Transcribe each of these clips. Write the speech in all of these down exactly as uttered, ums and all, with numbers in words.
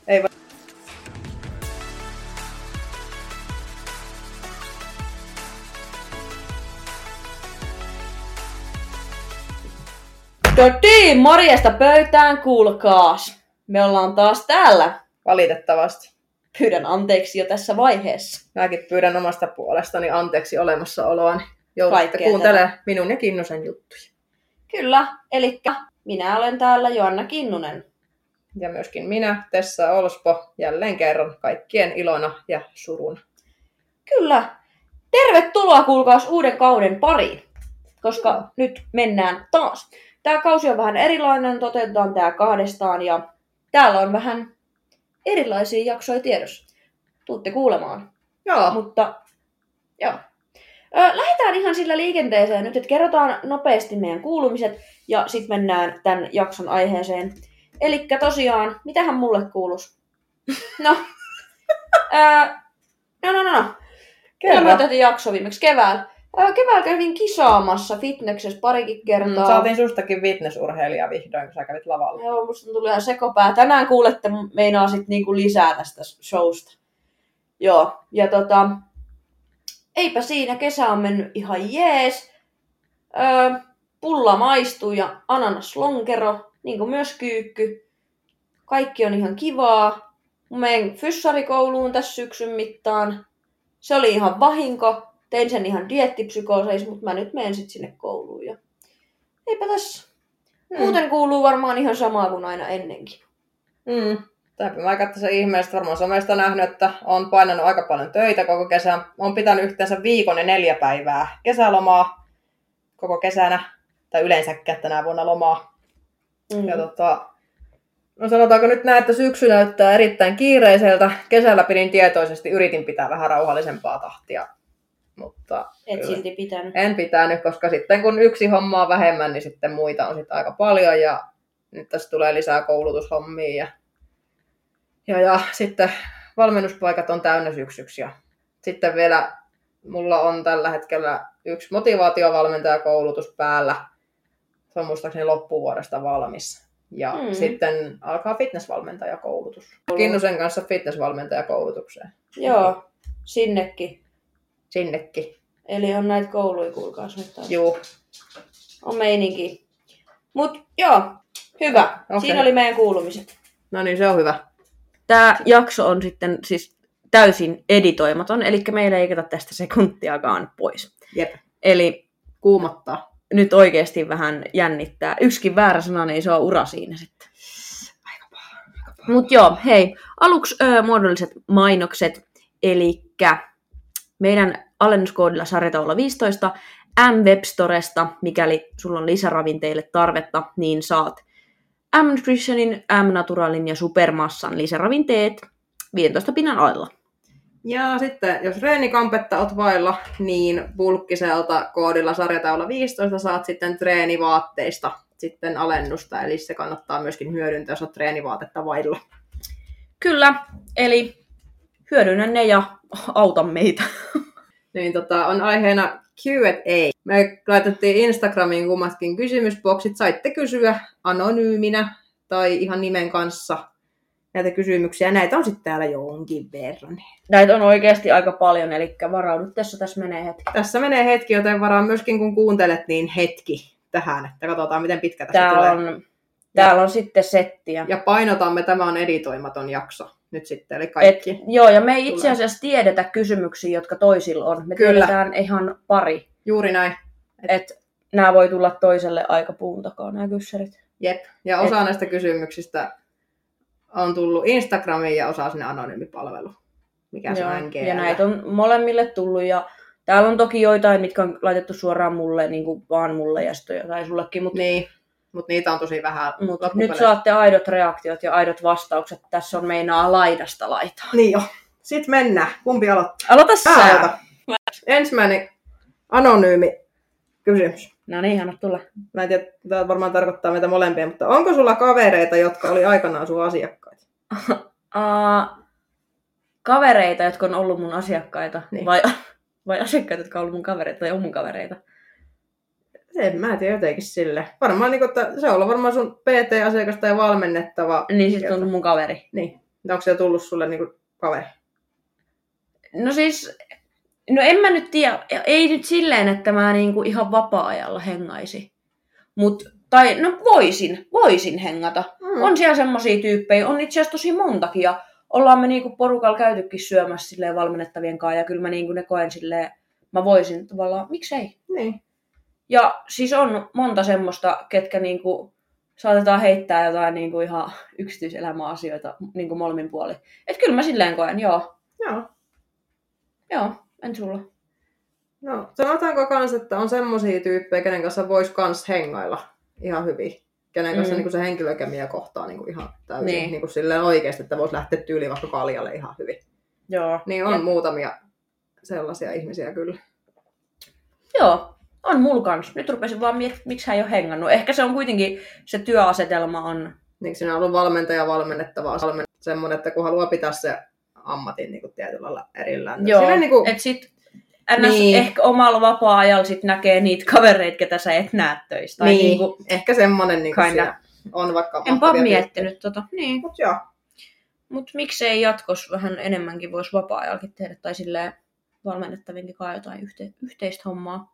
Ei va- Totiin, morjesta pöytään, kuulkaas. Me ollaan taas täällä. Valitettavasti. Pyydän anteeksi jo tässä vaiheessa. Mäkin pyydän omasta puolestani anteeksi olemassaoloani. Joudutte kuuntelemaan minun ja Kinnusen juttuja. Kyllä, eli minä olen täällä Joanna Kinnunen. Ja myöskin minä, Tessa Olspo, jälleen kerran kaikkien ilona ja suruna. Kyllä. Tervetuloa kuulkaas uuden kauden pariin, koska mm. nyt mennään taas. Tämä kausi on vähän erilainen, toteutetaan tää kahdestaan ja täällä on vähän erilaisia jaksoja tiedossa. Tuutte kuulemaan. Joo. Mutta joo. Ö, lähdetään ihan sillä liikenteeseen nyt, että kerrotaan nopeasti meidän kuulumiset ja sitten mennään tämän jakson aiheeseen. Elikkä tosiaan, mitähän mulle kuuluisi? No, ö, no, no, no, no. Kyllä mä tehtiin jakso viimeksi keväällä. Ö, keväällä kävin kisaamassa fitneksessä parikin kertaa. Mm, saatiin sustakin fitnessurheilija vihdoin, kun sä kävit lavalla. Joo, musta tuli ihan sekopää. Tänään kuulette meinaa sit niinku lisää tästä showsta. Joo, ja tota... Eipä siinä, kesä on mennyt ihan jees. Öö, pulla maistuu ja ananaslonkero, niin kuin myös kyykky. Kaikki on ihan kivaa. Mä menen fyssarikouluun tässä syksyn mittaan. Se oli ihan vahinko. Tein sen ihan dieettipsykooseissa, mutta mä nyt menen sitten sinne kouluun. Ja... Eipä tässä. Mm. Muuten kuuluu varmaan ihan samaa kuin aina ennenkin. Mm. Täytyy aika tässä ihmeellistä varmaan somesta nähnyt, että on painanut aika paljon töitä koko kesän. Olen pitänyt yhteensä viikon ja neljä päivää kesälomaa koko kesänä. Tai yleensäkään tänä vuonna lomaa. Mm. Ja tota, no sanotaanko nyt näin, että syksy näyttää erittäin kiireiseltä. Kesällä pidin tietoisesti, yritin pitää vähän rauhallisempaa tahtia. Mutta et silti pitänyt. En pitänyt, koska sitten kun yksi homma on vähemmän, niin sitten muita on sitten aika paljon. Ja nyt tässä tulee lisää koulutushommia ja Ja, ja sitten valmennuspaikat on täynnä syksyksi. Ja sitten vielä mulla on tällä hetkellä yksi motivaatiovalmentajakoulutus päällä. Se on muistaakseni loppuvuodesta valmis. Ja mm. sitten alkaa fitnessvalmentajakoulutus. Kinnusen kanssa fitnessvalmentajakoulutukseen. Joo, sinnekin. Sinnekin. Eli on näitä kouluja, kuulkaas nyt. Joo. On meininki. Mut joo, hyvä. Okay. Siinä oli meidän kuulumiset. No niin, se on hyvä. Tämä jakso on sitten siis täysin editoimaton, eli meillä ei kata tästä sekuntiakaan pois. Jep. Eli kuumottaa. Nyt oikeasti vähän jännittää. Yksikin väärä sana, niin se on ura siinä sitten. Aika paha. Mut joo, hei. Aluksi ö, muodolliset mainokset. Elikkä meidän alennuskoodilla sarjataululla viisitoista M-Webstoresta, mikäli sulla on lisäravinteille tarvetta, niin saat M-Nutritionin, M-Naturalin ja Supermassan lisäravinteet viisitoista pinnan alla. Ja sitten, jos reenikampetta oot vailla, niin bulkkiselta koodilla sarjataula viisitoista saat sitten treenivaatteista sitten alennusta. Eli se kannattaa myöskin hyödyntää, jos oot treenivaatetta vailla. Kyllä, eli hyödynnä ne ja auta meitä. Niin, tota, on aiheena Q and A. Me laitettiin Instagramiin kummatkin kysymysboksit. Saitte kysyä anonyyminä tai ihan nimen kanssa näitä kysymyksiä. Näitä on sitten täällä jonkin verran. Näitä on oikeasti aika paljon, eli varaudut tässä, tässä menee hetki. Tässä menee hetki, joten varaa myöskin kun kuuntelet, niin hetki tähän, että katsotaan miten pitkä tässä täällä tulee. On, täällä on sitten settiä. Ja painotamme, tämä on editoimaton jakso nyt sitten, eli kaikki. Et, joo, ja me ei itse asiassa tiedetä kysymyksiä, jotka toisilla on. Me Kyllä. tiedetään ihan pari. Juuri näin. Että et, nämä voi tulla toiselle aika puun takaa, nämä kyssärit. Jep, ja osa Et... näistä kysymyksistä on tullut Instagramiin ja osa sinne anonyymipalveluun. Mikä se on N G L. Ja näitä on molemmille tullut, ja täällä on toki joitain, mitkä on laitettu suoraan mulle, niin kuin vaan mulle ja sitten jotain sullekin. Mut... Niin. Mutta niitä on tosi vähän. Mut nyt saatte aidot reaktiot ja aidot vastaukset. Tässä on meinaa laidasta laitaa. Niin jo. Sitten mennään. Kumpi aloittaa? Aloita sä. Aloita. Ensimmäinen anonyymi kysymys. No niin, anna tulla. Mä en tiedä, tämä varmaan tarkoittaa meitä molempia, mutta onko sulla kavereita, jotka oli aikanaan sun asiakkaita? uh, kavereita, jotka on ollut mun asiakkaita? Niin. Vai, vai asiakkaita, jotka on ollut mun kavereita tai on mun kavereita? En mä tiedä, jotenkin sille. Varmaan niin, että se on ollut varmaan sun P T-asiakas tai valmennettava. Niin, sit on mun kaveri. Niin. Onko siellä tullut sulle niinku kaveri? No siis, no en mä nyt tiedä, ei nyt silleen, että mä niinku ihan vapaa-ajalla hengaisi. Mut, tai no voisin, voisin hengata. Mm. On siellä semmosia tyyppejä, on itse asiassa tosi montakin. Ja ollaan me niinku porukalla käytykin syömässä silleen valmennettavien kanssa. Ja kyllä mä niinku ne koen silleen, mä voisin tavallaan, miksei? Niin. Ja siis on monta semmoista, ketkä niinku saatetaan heittää jotain niinku ihan yksityiselämäasioita niinku molemmin puolin. Et kyllä mä silleen koen, joo. Joo. Joo, en sulla. No, sanotaanko kans, että on semmosia tyyppejä, kenen kanssa vois kans hengailla ihan hyvin. Kenen kanssa mm. niin se henkilökemia kohtaa niin ihan täysin. Niin. Niin silleen oikeasti, että vois lähteä tyyliin vaikka kaljalle ihan hyvin. Joo. Niin on ja... muutamia sellaisia ihmisiä kyllä. Joo, on mulla kans. Nyt rupesin vaan miettimään, miksi hän ei ole hengannut. Ehkä se on kuitenkin, se työasetelma on... Niin siinä on ollut valmentaja valmennettavaa. Semmoinen, että kun haluaa pitää se ammatin niin kuin tietyllä lailla erillään. Joo, niin kuin... et sit ns. Niin. Ehkä omalla vapaa-ajalla sit näkee niitä kavereita, ketä sä et näe töistä. Niin, niin kuin... ehkä semmonen niin on vaikka... Enpä ole miettinyt tota. Niin. Mut joo. Mut miksei jatkos vähän enemmänkin vois vapaa-ajallakin tehdä, tai silleen valmennettavienkin kai jotain yhte- yhteistä hommaa.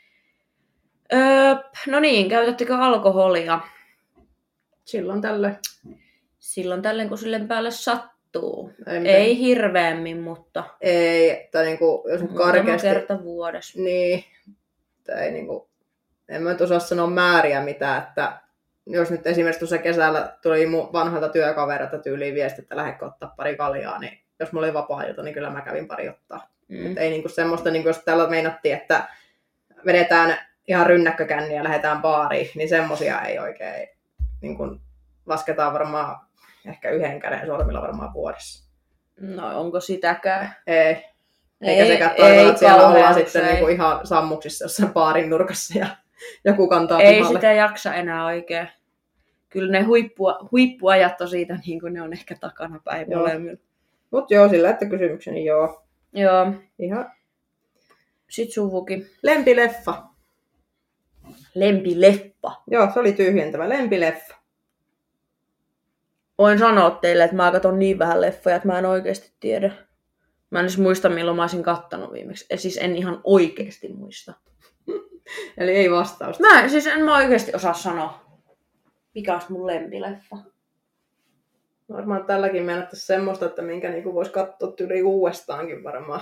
Öö, no niin, käytättekö alkoholia? Silloin tälle. Silloin tälle, kun silleen päälle sattuu. Ei, Ei hirveämmin, mutta... Ei, tai niinku, jos nyt karkeasti... kerta vuodessa. Niin, tai niinku, en mä nyt osaa sanoa määriä mitään, että jos nyt esimerkiksi tuossa kesällä tuli mun vanhoilta työkaverilta tyyliin viesti, että lähdekö ottaa pari kaljaa, niin jos mulla oli vapaa-ilta, niin kyllä mä kävin pari ottaa. Mm. Et ei niinku semmoista, niinku, jos täällä meinattiin, että vedetään ihan rynnäkkökänniä ja lähdetään baariin, niin semmosia ei oikein, niinku, lasketaan varmaan ehkä yhden käden sormilla varmaan vuodessa. No onko sitäkään? Ei. Eikä ei, sekä toivon, että siellä ollaan sitten ei. niinku ihan sammuksissa jossain baarin nurkassa ja joku kantaa Ei pihalle. sitä jaksa enää oikein. Kyllä ne huippua, huippuajat on siitä, niin kuin ne on ehkä takana päin molemmilla. Mut joo, sillä että kysymykseni joo. Joo. Ihan. Sitten suvukin. Lempileffa. Lempileffa. Joo, se oli tyhjentävä. Lempileffa. Voin sanoa teille, että mä katson niin vähän leffoja, että mä en oikeasti tiedä. Mä en edes muista, milloin mä olisin kattanut viimeksi. Ja siis en ihan oikeasti muista. Eli ei vastausta. Mä siis en mä oikeasti osaa sanoa, mikä olisi mun lempileffa. Varmaan tälläkin meinattaisiin semmoista, että minkä niinku voisi katsoa tyyliin uudestaankin varmaan.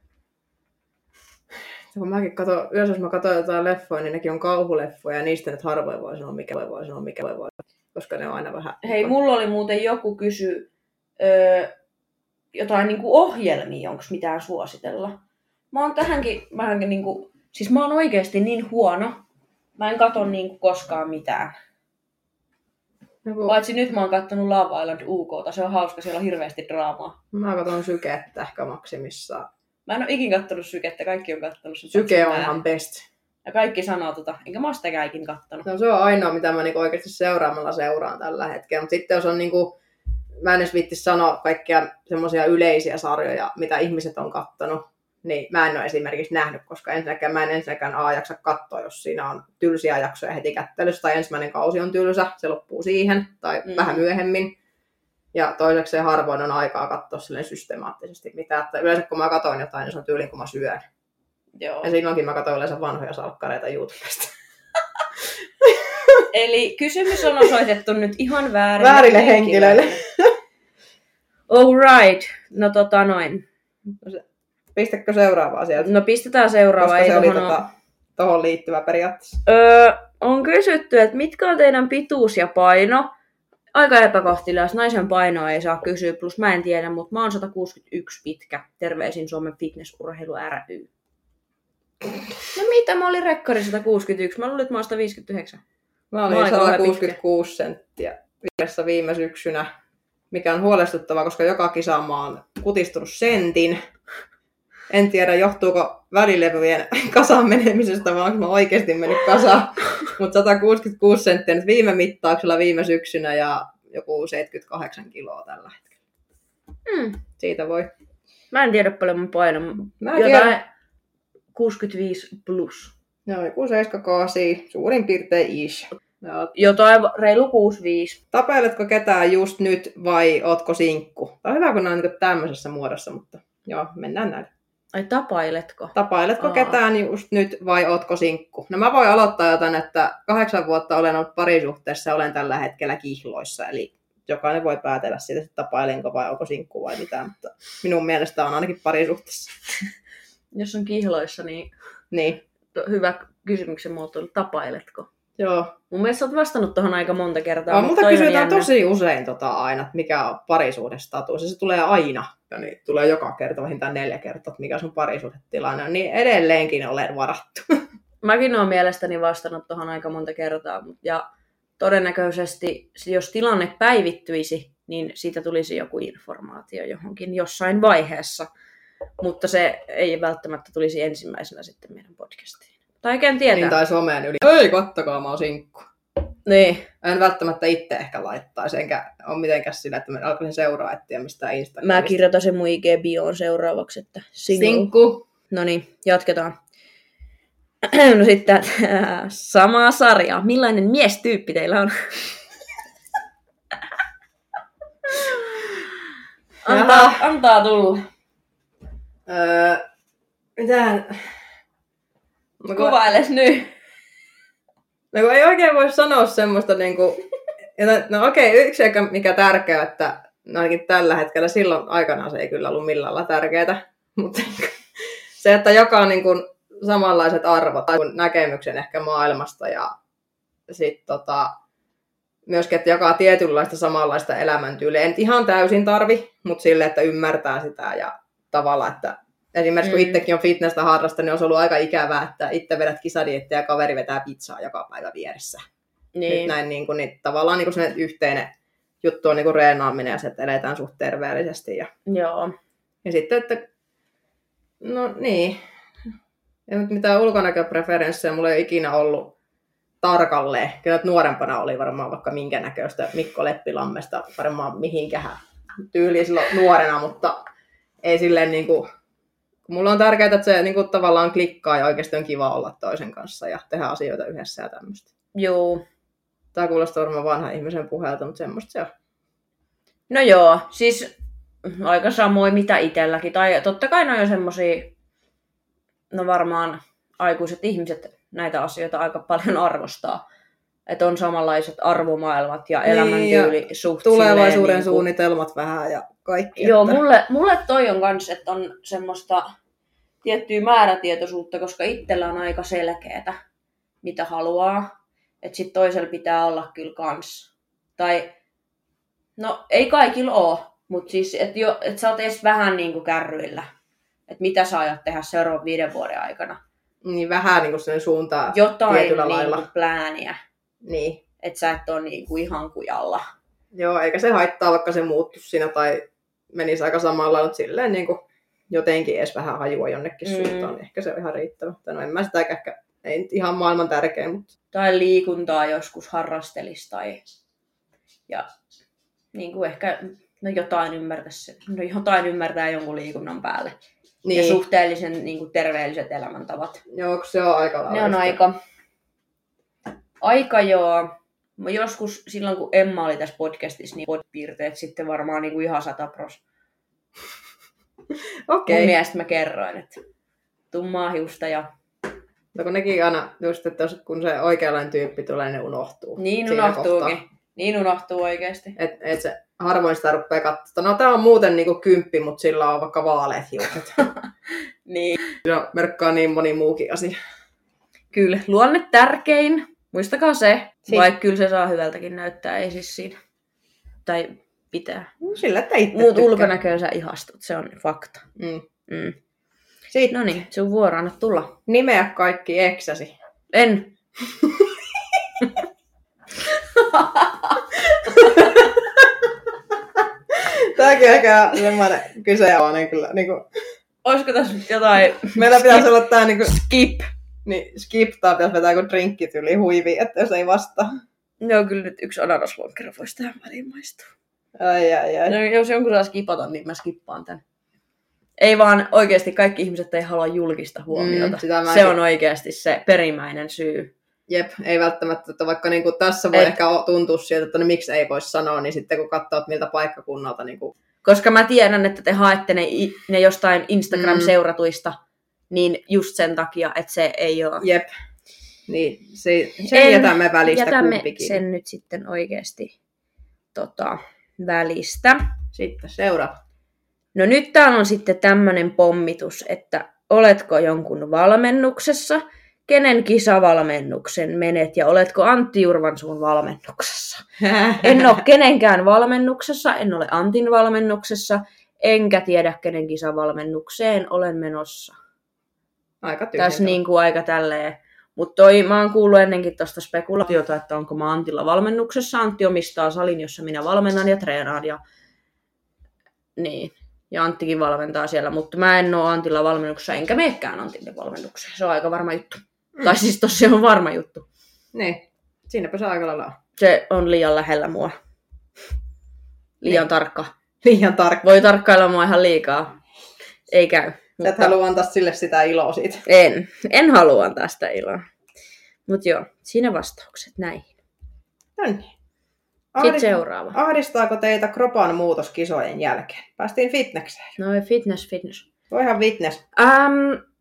Kun mäkin katon, yleensä jos mä katson jotain leffoja, niin nekin on kauhuleffoja ja niistä nyt harvoin voi sanoa, mikä voi sanoa, mikä voi koska ne on aina vähän... Hei, mulla oli muuten joku kysy öö, jotain niinku ohjelmia, onko mitään suositella. Mä oon tähänkin vähänkin niinku... Siis mä oon oikeesti niin huono. Mä en katso niinku koskaan mitään. Joku... Paitsi nyt mä oon kattonut Love Island U K:ta. Se on hauska, siellä on hirveästi draamaa. Mä katson Sykettä ehkä maksimissaan. Mä en oo ikin kattonut Sykettä, kaikki on kattonut sen. Syke on ihan best. Ja kaikki sanoo tota, enkä mä oon sitäkään ikin kattonut. No, se on ainoa, mitä mä niinku oikeasti seuraamalla seuraan tällä hetkellä. Mutta sitten jos on niinku, mä en edes viitti sanoa kaikkia semmoisia yleisiä sarjoja, mitä ihmiset on kattonut, niin mä en ole esimerkiksi nähnyt, koska ensinnäkään mä en ensinnäkään A jaksa katsoa, jos siinä on tylsiä jaksoja heti kättelyssä, tai ensimmäinen kausi on tylsä, se loppuu siihen, tai mm. vähän myöhemmin. Ja toiseksi se harvoin on aikaa katsoa silleen systemaattisesti mitään. Että yleensä kun mä katson jotain, niin se on tyyliin kun mä syön. Joo. Ja silloinkin mä katson yleensä vanhoja salkkareita YouTubesta. Eli kysymys on osoitettu nyt ihan väärille, väärille henkilöille. Alright. No tota noin. Pistäkö seuraavaa sieltä? No pistetään seuraava. Koska se oli tohon, tota, tohon liittyvä periaatteessa. Öö, on kysytty, että mitkä on teidän pituus ja paino? Aika epäkohtelias. Naisen painoa ei saa kysyä, plus mä en tiedä, mutta mä oon sata kuusikymmentäyksi pitkä. Terveisin Suomen Fitnessurheilu ry. No mitä, mä olin rekkari sata kuusikymmentäyksi. Mä luulin, että mä oon sata viisikymmentäyhdeksän. Mä olin sata kuusikymmentäkuusi senttiä viimeissä viime syksynä, mikä on huolestuttavaa, koska joka kisa mä oon kutistunut sentin. En tiedä, johtuuko välilevyjen kasaan menemisestä, vai onko mä oikeasti mennyt kasaan. Mutta sata kuusikymmentäkuusi senttiä nyt viime mittauksella viime syksynä ja joku seitsemänkymmentäkahdeksan kiloa tällä hetkellä. Mm. Siitä voi. Mä en tiedä paljon mun paino. Mä en tiedä. kuusikymmentäviisi plus. Joo, joku seitsemänkymmentäkahdeksan, suurin piirtein ish. Joo. Jotain reilu kuusi viisi. Tapailetko ketään just nyt vai ootko sinkku? Tämä on hyvä, kun ne on niin tämmöisessä muodossa, mutta joo, mennään näin. Ai tapailetko? Tapailetko Aa. ketään just nyt vai ootko sinkku? No mä voin aloittaa jotain, että kahdeksan vuotta olen ollut parisuhteessa ja olen tällä hetkellä kihloissa, eli jokainen voi päätellä siitä, että tapailenko vai onko sinkku vai mitään, mutta minun mielestä on ainakin parisuhteessa. Jos on kihloissa, niin, niin. Hyvä kysymyksen muotoilu, tapailetko? Joo. Mun mielestä olet vastannut tuohon aika monta kertaa. No, mutta kysytään tosi usein tota aina, että mikä on parisuhdestatus. Ja se tulee aina. Ja niin, tulee joka kerta, vähintään neljä kertaa, että mikä sun parisuhdetilanne on. Niin edelleenkin olen varattu. Mäkin olen mielestäni vastannut tuohon aika monta kertaa. Ja todennäköisesti, jos tilanne päivittyisi, niin siitä tulisi joku informaatio johonkin jossain vaiheessa. Mutta se ei välttämättä tulisi ensimmäisenä sitten meidän podcastiin. Tai oikein tietää. Niin, tai someen yli. Ei, kattokaa, mä oon sinkku. Niin. En välttämättä itse ehkä laittaisi, enkä ole mitenkään sillä, että mä alkaisin seuraa etsiä mistään Instagramista. Mä kirjoitan sen mun I G-bioon seuraavaksi, että single. Sinkku. No niin, jatketaan. No sitten äh, samaa sarjaa. Millainen miestyyppi teillä on? antaa, antaa tulla. Öö, mitään... Kuvailes nyt. No kun ei oikein voi sanoa semmoista niinku... No okei, okay, yksi mikä tärkeää, että ainakin tällä hetkellä silloin aikanaan se ei kyllä ollut millään lailla tärkeää. Mutta se, että jakaa niinku samanlaiset arvot, näkemyksen ehkä maailmasta ja sitten tota, myöskin, että jakaa tietynlaista samanlaista elämäntyyliä. En ihan täysin tarvi, mutta sille, että ymmärtää sitä ja tavallaan, että esimerkiksi kun itsekin on fitnessä harrasta, niin olisi ollut aika ikävää, että itse vedät kisadiettiä ja kaveri vetää pizzaa joka päivä vieressä. Niin. Nyt näin niin kuin, niin, tavallaan niin kuin yhteinen juttu on niin kuin reenaaminen ja se, että eletään suht terveellisesti. Ja, Joo. ja sitten, että no niin, ei mitään ulkonäköpreferenssejä mulla ei ole ikinä ollut tarkalleen. Kyllä nuorempana oli varmaan vaikka minkä näköistä Mikko Leppilammesta varmaan mihinkähän tyyliin silloin nuorena, mutta ei silleen niin kuin, mulla on tärkeää, että se niin kuin, tavallaan klikkaa ja oikeasti on kiva olla toisen kanssa ja tehdä asioita yhdessä ja tämmöistä. Joo. Tämä kuulostaa varmaan vanhan ihmisen puheelta, mutta semmoista se on. No joo, siis aika samoin mitä itselläkin. Tai totta kai ne on jo semmosia, no varmaan aikuiset ihmiset näitä asioita aika paljon arvostaa. Että on samanlaiset arvomaailmat ja niin, elämäntyyli ja suht tulevaisuuden niin kuin... suunnitelmat vähän ja kaikki. Joo, että... mulle, mulle toi on kans, että on semmoista tiettyä määrätietoisuutta, koska itsellä on aika selkeätä, mitä haluaa. Että sit toisella pitää olla kyllä kans. Tai, no ei kaikilla oo, mutta siis, että et sä oot edes vähän niinku kärryillä. Että mitä sä aiot tehdä seuraavan viiden vuoden aikana. Niin vähän niinku sen suuntaan jotain tietyllä niinku lailla. plääniä. Niin. Että sä et ole niinku ihan kujalla. Joo, eikä se haittaa, vaikka se muuttuisi siinä tai menisi aika samalla, mutta silleen niin kuin jotenkin edes vähän hajua jonnekin mm. suuntaan, niin ehkä se on ihan riittävä. No en mä sitä ehkä, ei nyt ihan maailman tärkein, mutta... Tai liikuntaa joskus harrastelisi tai... Ja niin kuin ehkä no jotain ymmärtäisi, no jotain ymmärtää jonkun liikunnan päälle. Niin. Ja suhteellisen niin kuin terveelliset elämäntavat. Joo, se on aika laillista. Ne on aika... Aika joo. Mä joskus silloin, kun Emma oli tässä podcastissa, niin piirteet sitten varmaan niin kuin ihan sata pros. Okei. Mun mielestä mä kerroin, että tummaa hiusta ja... No kun nekin aina, just, että kun se oikeanlainen tyyppi tulee, niin ne unohtuu. Niin unohtuukin. Niin unohtuu oikeasti. Että et se harvoin sitä rupeaa katsomaan. No tää on muuten niinku kymppi, mutta sillä on vaikka vaaleat hiukset. Niin. Ja merkkaa niin moni muukin asia. Kyllä, luonne tärkein. Muistakaa se, siis... vaikka kyllä se saa hyvältäkin näyttää, ei siis siinä. Tai pitää. Sillä, että itse Muut ulkonäköön sä ihastut, se on fakta. Mm. Mm. Sitten. No niin, sun vuoro, anna tulla. Nimeä kaikki eksäsi. En. Tääkin on ehkä semmoinen kyseenalainen kyllä. Niin kuin... Olisiko tässä jotain... Meillä pitäisi olla tää niinku... Skip. Niin, skip tai pitäisi vetää joku drinkit yli huiviin, että jos ei vastaa. Joo, kyllä nyt yksi ananaslonkero voisi tähän väliin maistua. Ai, ai, ai. No, jos jonkun saa skipata, niin mä skippaan tän. Ei vaan oikeasti kaikki ihmiset ei halua julkista huomiota. Mm, se on oikeasti se perimmäinen syy. Jep, ei välttämättä, että vaikka niin kuin tässä voi Et- ehkä tuntua sieltä, että no miksi ei voi sanoa, niin sitten kun katsoo, miltä paikkakunnalta niin kuin Koska mä tiedän, että te haette ne, ne jostain Instagram-seuratuista, niin just sen takia, että se ei ole. Jep. Niin, se, sen En- jätämme välistä Jätämme kumpikin. sen nyt sitten oikeasti tota, välistä. Sitten seuraava. No nyt täällä on sitten tämmöinen pommitus, että oletko jonkun valmennuksessa, kenen kisavalmennuksen menet ja oletko Antti Jurvansuun valmennuksessa? En ole kenenkään valmennuksessa, en ole Antin valmennuksessa, enkä tiedä kenen kisavalmennukseen olen menossa. Aika Tässä tyhjentävä. niin kuin aika tälleen. Mutta mä oon kuullut ennenkin tuosta spekulaatiota, että onko mä Antilla valmennuksessa. Antti omistaa salin, jossa minä valmennan ja treenaan. Ja, niin. ja Anttikin valmentaa siellä, mutta mä en ole Antilla valmennuksessa, enkä meekään Antille valmennukseen. Se on aika varma juttu. Mm. Tai siis tossa on varma juttu. Niin, siinäpä se aika lailla on. Se on liian lähellä mua. Liian Niin. tarkka. Liian tarkka. Voi tarkkailla mua ihan liikaa. Ei käy. Sä et halua antaa sille sitä iloa siitä. En. En halua antaa sitä iloa. Mutta joo, siinä vastaukset näihin. No niin. Sitten seuraava. Ahdistaako teitä kropan muutos kisojen jälkeen? Päästiin fitnekseen. No fitness, fitness. Voihan fitness. Ähm,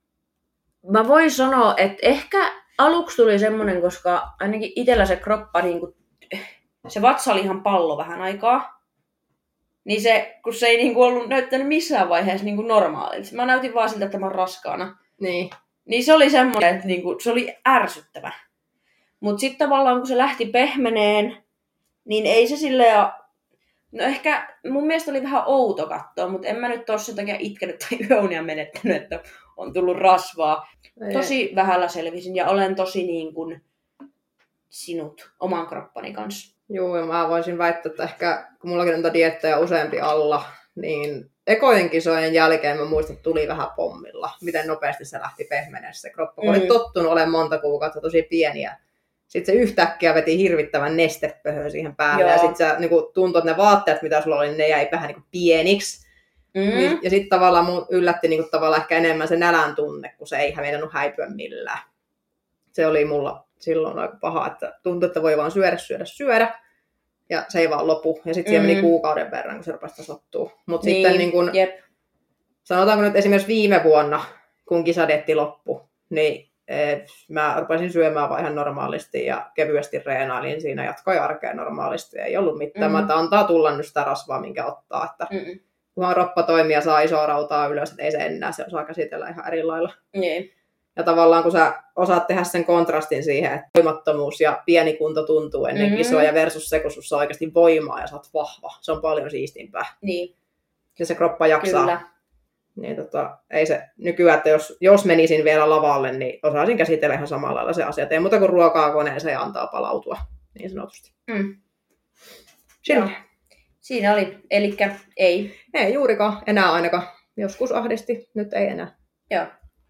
mä voin sanoa, että ehkä aluksi tuli semmonen, koska ainakin itsellä se kroppa, niin kun, se vatsa oli ihan pallo vähän aikaa. Niin se, kun se ei niin kun ollut näyttänyt missään vaiheessa niin normaalilta. Mä näytin vaan siltä, että mä oon raskaana. Niin. Niin se oli semmoinen, että niin kun, se oli ärsyttävä. Mutta sitten tavallaan kun se lähti pehmeneen, niin ei se silleen. No ehkä mun mielestä oli vähän outo katsoa, mutta en mä nyt ole sen takia itkenyt tai yöunia menettänyt, että on tullut rasvaa. Ei. Tosi vähällä selvisin ja olen tosi niin kuin sinut oman kroppani kanssa. Joo, ja mä voisin väittää, että ehkä kun mullakin on diettejä useampi alla, niin ekojen kisojen jälkeen mä muistan, että tuli vähän pommilla. Miten nopeasti se lähti pehmenee se kroppa. Kun Mm. oli tottunut olemaan monta kuukautta tosi pieniä. Sitten se yhtäkkiä veti hirvittävän nestepöhön siihen päälle. Joo. Ja sitten se niin tuntui, että ne vaatteet, mitä sulla oli, niin ne jäi vähän niin kuin pieniksi. Mm. Niin, ja sitten tavallaan mun yllätti niin kuin tavallaan ehkä enemmän se nälän tunne, kun se ei hävennyt häipyä millään. Se oli mulla silloin aika paha, että tuntui, että voi vaan syödä, syödä, syödä. Ja se ei vaan lopu. Ja sitten mm. siellä meni kuukauden verran, kun se rupesi tasottua. Mutta Niin, sitten niin kun, jep. sanotaanko nyt esimerkiksi viime vuonna, kun kisadeetti loppui, niin eh, mä rupesin syömään vaan ihan normaalisti ja kevyesti reenailin siinä, jatkoin arkea normaalisti. Ei ollut mitään. Mm. Mä antaa tulla nyt sitä rasvaa, minkä ottaa. Että Mm-mm. kunhan roppa toimii ja saa isoa rautaa ylös, että ei se enää, se osaa käsitellä ihan eri lailla. Niin. Ja tavallaan kun sä osaat tehdä sen kontrastin siihen, että voimattomuus ja pieni kunto tuntuu ennen Mm-hmm. kisoja versus se, kun sussa on oikeasti voimaa ja sä oot vahva. Se on paljon siistimpää. Niin. Ja se kroppa jaksaa. Kyllä. Niin tota, ei se nykyään, että jos, jos menisin vielä lavalle, niin osaisin käsitellä ihan samalla lailla se asia. Ei muuta kuin ruokaa koneeseen ja antaa palautua, niin sanotusti. Mm. Sillä. Joo. Siinä oli. Elikkä ei. Ei juurikaan enää ainakaan. Joskus ahdisti, nyt ei enää. Joo.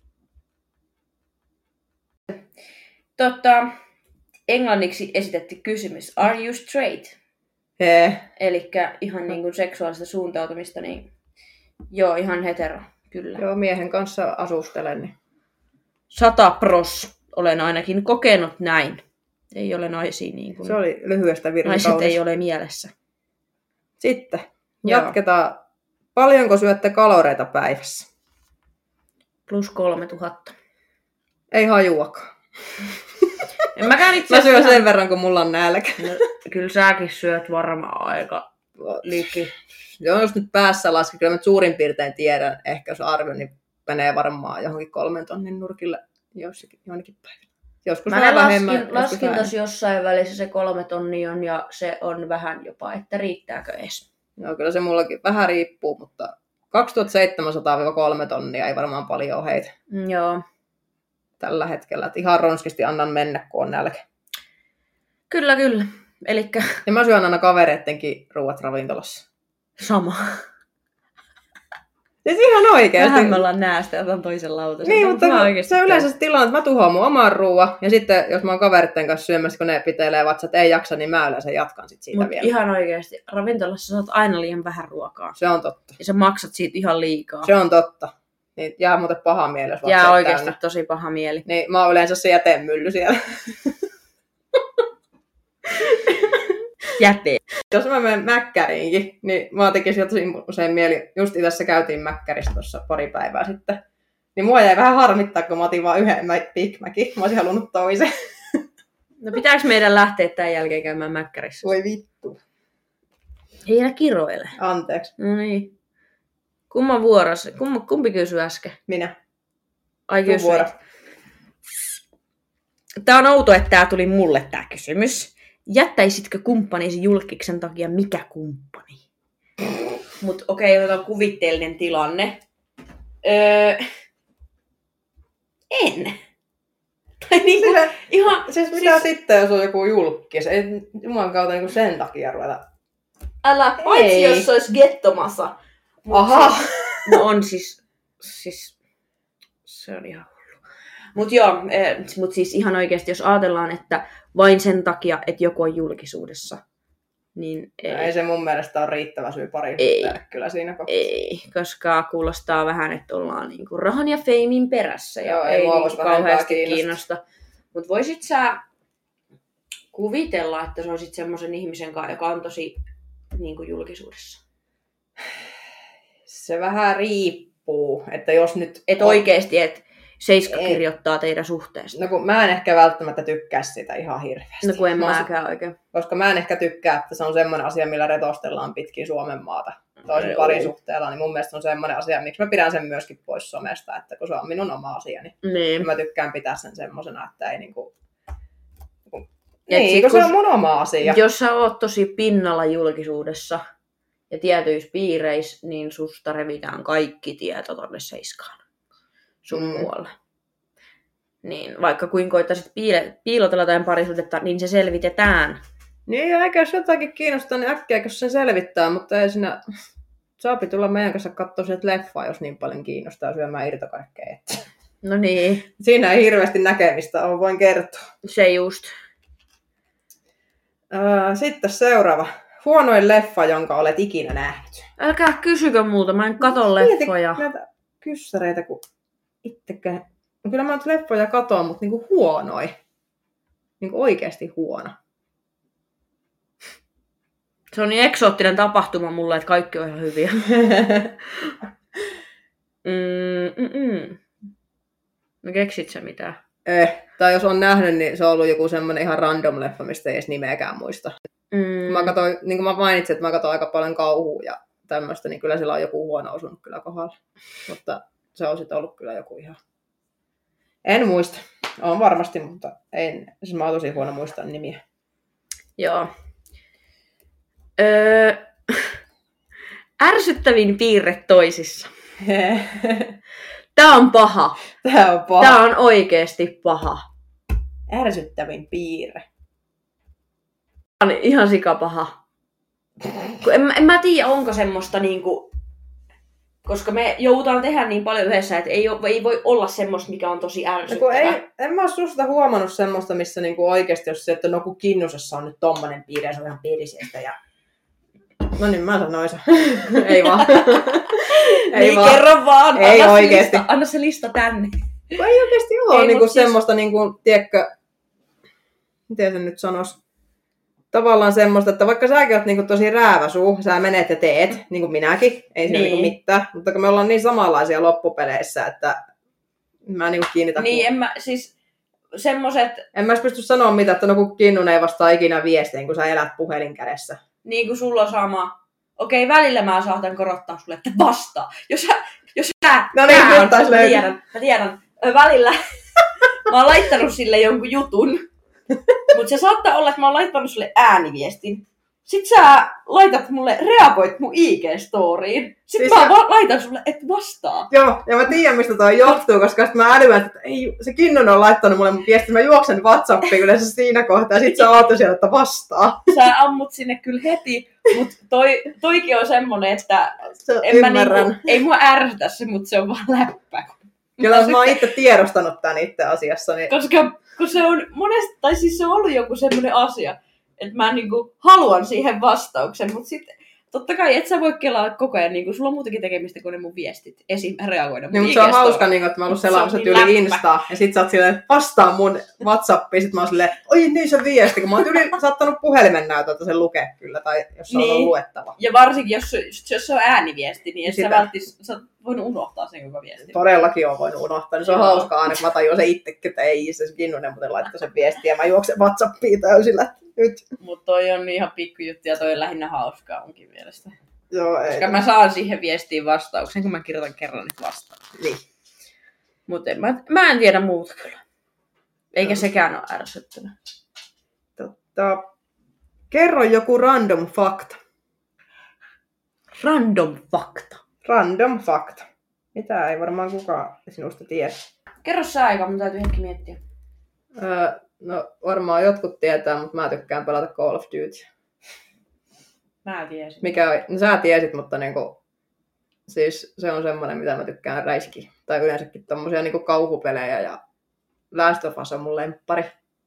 Totta, englanniksi esitetty kysymys. Are you straight? Hei. Elikkä ihan niin kuin seksuaalista suuntautumista, niin joo, ihan hetero, kyllä. Joo, miehen kanssa asustelen. Niin. Sata pros olen ainakin kokenut näin. Ei ole naisia niin kuin. Se oli lyhyestä virran Naiset kaunis. ei ole mielessä. Sitten Joo. jatketaan. Paljonko syötte kaloreita päivässä? Plus kolme tuhatta. Ei hajuakaan. En mäkään itse Mä syön asiassa- sen verran, kun mulla on nälkä. No, kyllä säkin syöt varmaan aika liki. Joo, jos nyt päässä lasken, kyllä mä suurin piirtein tiedän, ehkä jos arvio, niin menee varmaan johonkin kolmen tonnin nurkille jossakin, jonnekin päivänä. Joskus Mä vähän laskin, vähemmän, joskus laskin vähemmän. tossa jossain välissä se kolme tonnia on ja se on vähän jopa, että riittääkö edes. Joo, kyllä se mullakin vähän riippuu, mutta kaksituhattaseitsemänsataa kolme tonnia ei varmaan paljon heitä Mm, Joo. tällä hetkellä. Et ihan ronskisti annan mennä, kun on nälkä. Kyllä, kyllä. Elikkä Ja mä syön aina kavereittenkin ruuat ravintolassa. sama. Siis ihan oikeasti. Vähän me ollaan näästä ja otan toisen lautasen. Niin, mutta Mä kun oikeesti se yleensä se tilanne, että mä tuhoan mun oman ruuan, ja sitten jos mä oon kaveritten kanssa syömässä, kun ne pitelee vatsat, ei jaksa, niin mä yleensä jatkan sit siitä Mut vielä. ihan oikeesti, ravintolassa saat aina liian vähän ruokaa. Se on totta. Ja sä maksat siitä ihan liikaa. Se on totta. Niin jää muuten paha mieli, jos Jää vatsat oikeesti täynnä. tosi paha mieli. Niin mä oon yleensä se jätemylly siellä. Jäte. Jos mä menen Mäkkäriinkin, niin mä tekisin tosi usein mieli, just tässä käytiin Mäkkärissä tuossa pari päivää sitten, niin mua jäi vähän harmittaa, kun mä otin vaan yhden Big Macin. Mä olisin halunnut toisen. No pitääkö meidän lähteä tämän jälkeen käymään Mäkkärissä? Voi vittu. Ei enää kiroile. Anteeksi. No niin. Kumman vuorossa? Kum, kumpi kysyi äsken? Minä. Ai Sun kysyi. vuoro. Tää on outo, että tää tuli mulle tää kysymys. Jättäisitkö kumppanisi julkiksen takia mikä kumppani? Mut okei, okay, otetaan kuvitteellinen tilanne. Öö, en. Tai niinku Sillä, ihan... siis mitä siis... sitten, jos on joku julkis? Ei juman kautta niinku sen takia ruveta. Älä, paitsi Ei. jos se olisi gettomassa. Mut Aha. Siis, no on siis... siis se on ihan hullu. Mut joo, eh, mut siis ihan oikeesti, jos ajatellaan, että vain sen takia, että joku on julkisuudessa, niin ei. No, ei se mun mielestä ole riittävä syy parisuhteelle kyllä siinä kohdassa. Ei, koska kuulostaa vähän, että ollaan niinku rahan ja feimin perässä ja Joo, ei ei mua niinku vois vähempää kauheasti kiinnosta. kiinnosta. Mut voisit sä kuvitella, että sä olisit semmoisen ihmisen kanssa, joka on tosi niinku julkisuudessa? Se vähän riippuu, että jos nyt... Et on... oikeesti, että Seiska Ei. kirjoittaa teidän suhteesta. No kun mä en ehkä välttämättä tykkää sitä ihan hirveästi. No kun en Mä oon- mäkään oikein. Koska mä en ehkä tykkää, että se on semmoinen asia, millä retostellaan pitkin Suomen maata toisen Joo. parisuhteella, niin mun mielestä se on semmoinen asia, miksi mä pidän sen myöskin pois somesta, että kun se on minun oma asiani, Niin. niin mä tykkään pitää sen semmosena, että ei niinku... Et Niin, sit kun se kun- on mun oma asia. Jos sä oot tosi pinnalla julkisuudessa ja tietyissä piireissä, niin susta revitään kaikki tieto tonne Seiskaan sun Mm. muualle. Niin vaikka kuin koittaisit piile- piilotella jotain parisuhdetta, niin se selvitetään. Niin, ja eikä jos jotakin kiinnostaa, niin äkkiä kun sen selvittää, mutta ei siinä... Saapi tulla meidän kanssa katsoa sieltä leffaa, jos niin paljon kiinnostaa syömään irtokarkkeja. No niin, Siinä ei hirveästi näkemistä ole, voin kertoa. se just. Öö, sitten seuraava. Huonoin leffa, jonka olet ikinä nähnyt. Älkää kysykö multa, mä en kato leffoja. Mieti näitä kyssäreitä, kun itsekään... No kyllä mä nyt leffoja katoan, mutta niinku huonoi. Niinku oikeasti huono. Se on niin eksoottinen tapahtuma mulle, että kaikki on ihan hyviä. Mm, mm, mm. No keksit sä mitään? eh, tai jos on nähnyt, niin se on ollut joku semmoinen ihan random leffa, mistä ei edes nimeäkään muista. Mm. Mä katsoin, niin kuin mä mainitsin, että mä katsoin aika paljon kauhua ja tämmöistä, niin kyllä sillä on joku huono osunut kyllä kohdalla. Mutta se on sitten ollut kyllä joku ihan... En muista. On varmasti, mutta en. Siis mä oon tosi huono muistaa nimiä. Joo. Öö, ärsyttävin piirre toisissa. Tää on paha. Tää on paha. Tää on oikeesti paha. Ärsyttävin piirre. Tää on ihan sikapaha. Kun en, en mä tiedä, onko semmoista niinku... Koska me joudutaan tehdä niin paljon yhdessä, että ei, ole, ei voi olla semmoista, mikä on tosi No, kun ärsyttävää. ei, en mä oo susta huomannut semmoista, missä niinku oikeesti, jos se, että no kun Kinnusessa on nyt tommonen piirre, se on ihan pirisestä ja... No niin, mä sanoin sen. Ei vaan. Ei niin, vaan. kerro vaan. Ei anna oikeesti. Se lista, anna se lista tänne. Kun ei oikeesti oo Ei, niinku mut siis- semmoista, niinku, tiedätkö, miten se nyt sanois? Tavallaan semmoista, että vaikka säkin oot niinku tosi rääväsuu, sä menet ja teet, niin kuin minäkin, ei siinä Niin. niinku mitään. Mutta kun me ollaan niin samanlaisia loppupeleissä, että mä en niinku kiinnitä... Niin, en mä, siis semmoset, En mä edes pysty sanoa mitään, että no kun Kinnunen ei vastaa ikinä viestiin, kun sä elät puhelin kädessä. niin kuin sulla on sama. Okei, välillä mä saatan korottaa sulle, että vastaa. Jos sä, jos sä, No niin, tää on- nyt taas mä löytyy. tiedän, mä tiedän. Ö, Välillä mä oon laittanut sille jonkun jutun, mutta se saattaa olla, että mä oon laittanut sulle ääniviestin. Sit sä laitat mulle, reagoit mun I G-storiin. Sitten Siis mä sä- va- laitan sulle, et vastaa. Joo, ja mä tiedän mistä toi johtuu, koska sit mä älyän, että ei, se Kinnunen on laittanut mulle mun viestin, mä juoksen WhatsAppiin yleensä siinä kohtaa, ja sit sä ootte siellä, että vastaa. Sä ammut sinne kyllä heti, mutta toi, toikin on semmonen, että Se en mä ymmärrän. niinku, ei mua ärsytä se, mutta se on vaan läppä. Kyllä mä oon itse tiedostanut tän itse asiassa, niin Koska kun se on monesti, tai siis se on ollut joku semmoinen asia, että mä niinku haluan siihen vastauksen, mutta sitten totta kai et sä voi kelaa koko ajan, niin kun sulla on muutenkin tekemistä kuin ne mun viestit. Esim. Reagoida mun niin, mutta se on hauska, niin, että mä oon ollut selaamassa niin tyyli Insta, ja sit sä oot silleen, vastaa mun WhatsAppiin, sit mä oon silleen, oi niin se viesti, kun mä oon tyyli saattanut puhelimen näytöltä sen lukea kyllä, tai jos se niin. on ollut luettava. Ja varsinkin, jos, jos se on ääniviesti, niin et Sitä. sä välttis, sä oot voinut unohtaa sen koko viestin. Todellakin on voinut unohtaa, niin se on Joo. hauskaa aina, kun mä tajuan se itsekin, että ei se Kinnunen muuten laittoi sen viestiä, ja mä juoksen WhatsAppiin täysillä nyt. Mut toi on ihan pikkujuttu ja toi on lähinnä hauskaa munkin mielestä. Joo, ei. Koska mä saan siihen viestiin vastauksen, kun mä kirjoitan kerran nyt vastauksen. Niin. Mutta mä, mä en tiedä muuta kyllä. Eikä sekään ole ärsyttävä. Totta. Kerro joku random fakta. Random fakta. Random fakta. Mitä ei varmaan kukaan sinusta tiedä. Kerro sä aika, mun täytyy hetki miettiä. Öö, no varmaan jotkut tietää, mutta mä tykkään pelata Call of Duty. Mä tiesin. Mikä, no sä tiesit, mutta niinku, siis se on semmoinen, mitä mä tykkään räiskiä. Tai yleensäkin tommosia niinku kauhupelejä ja Last of Us on mun lemppari.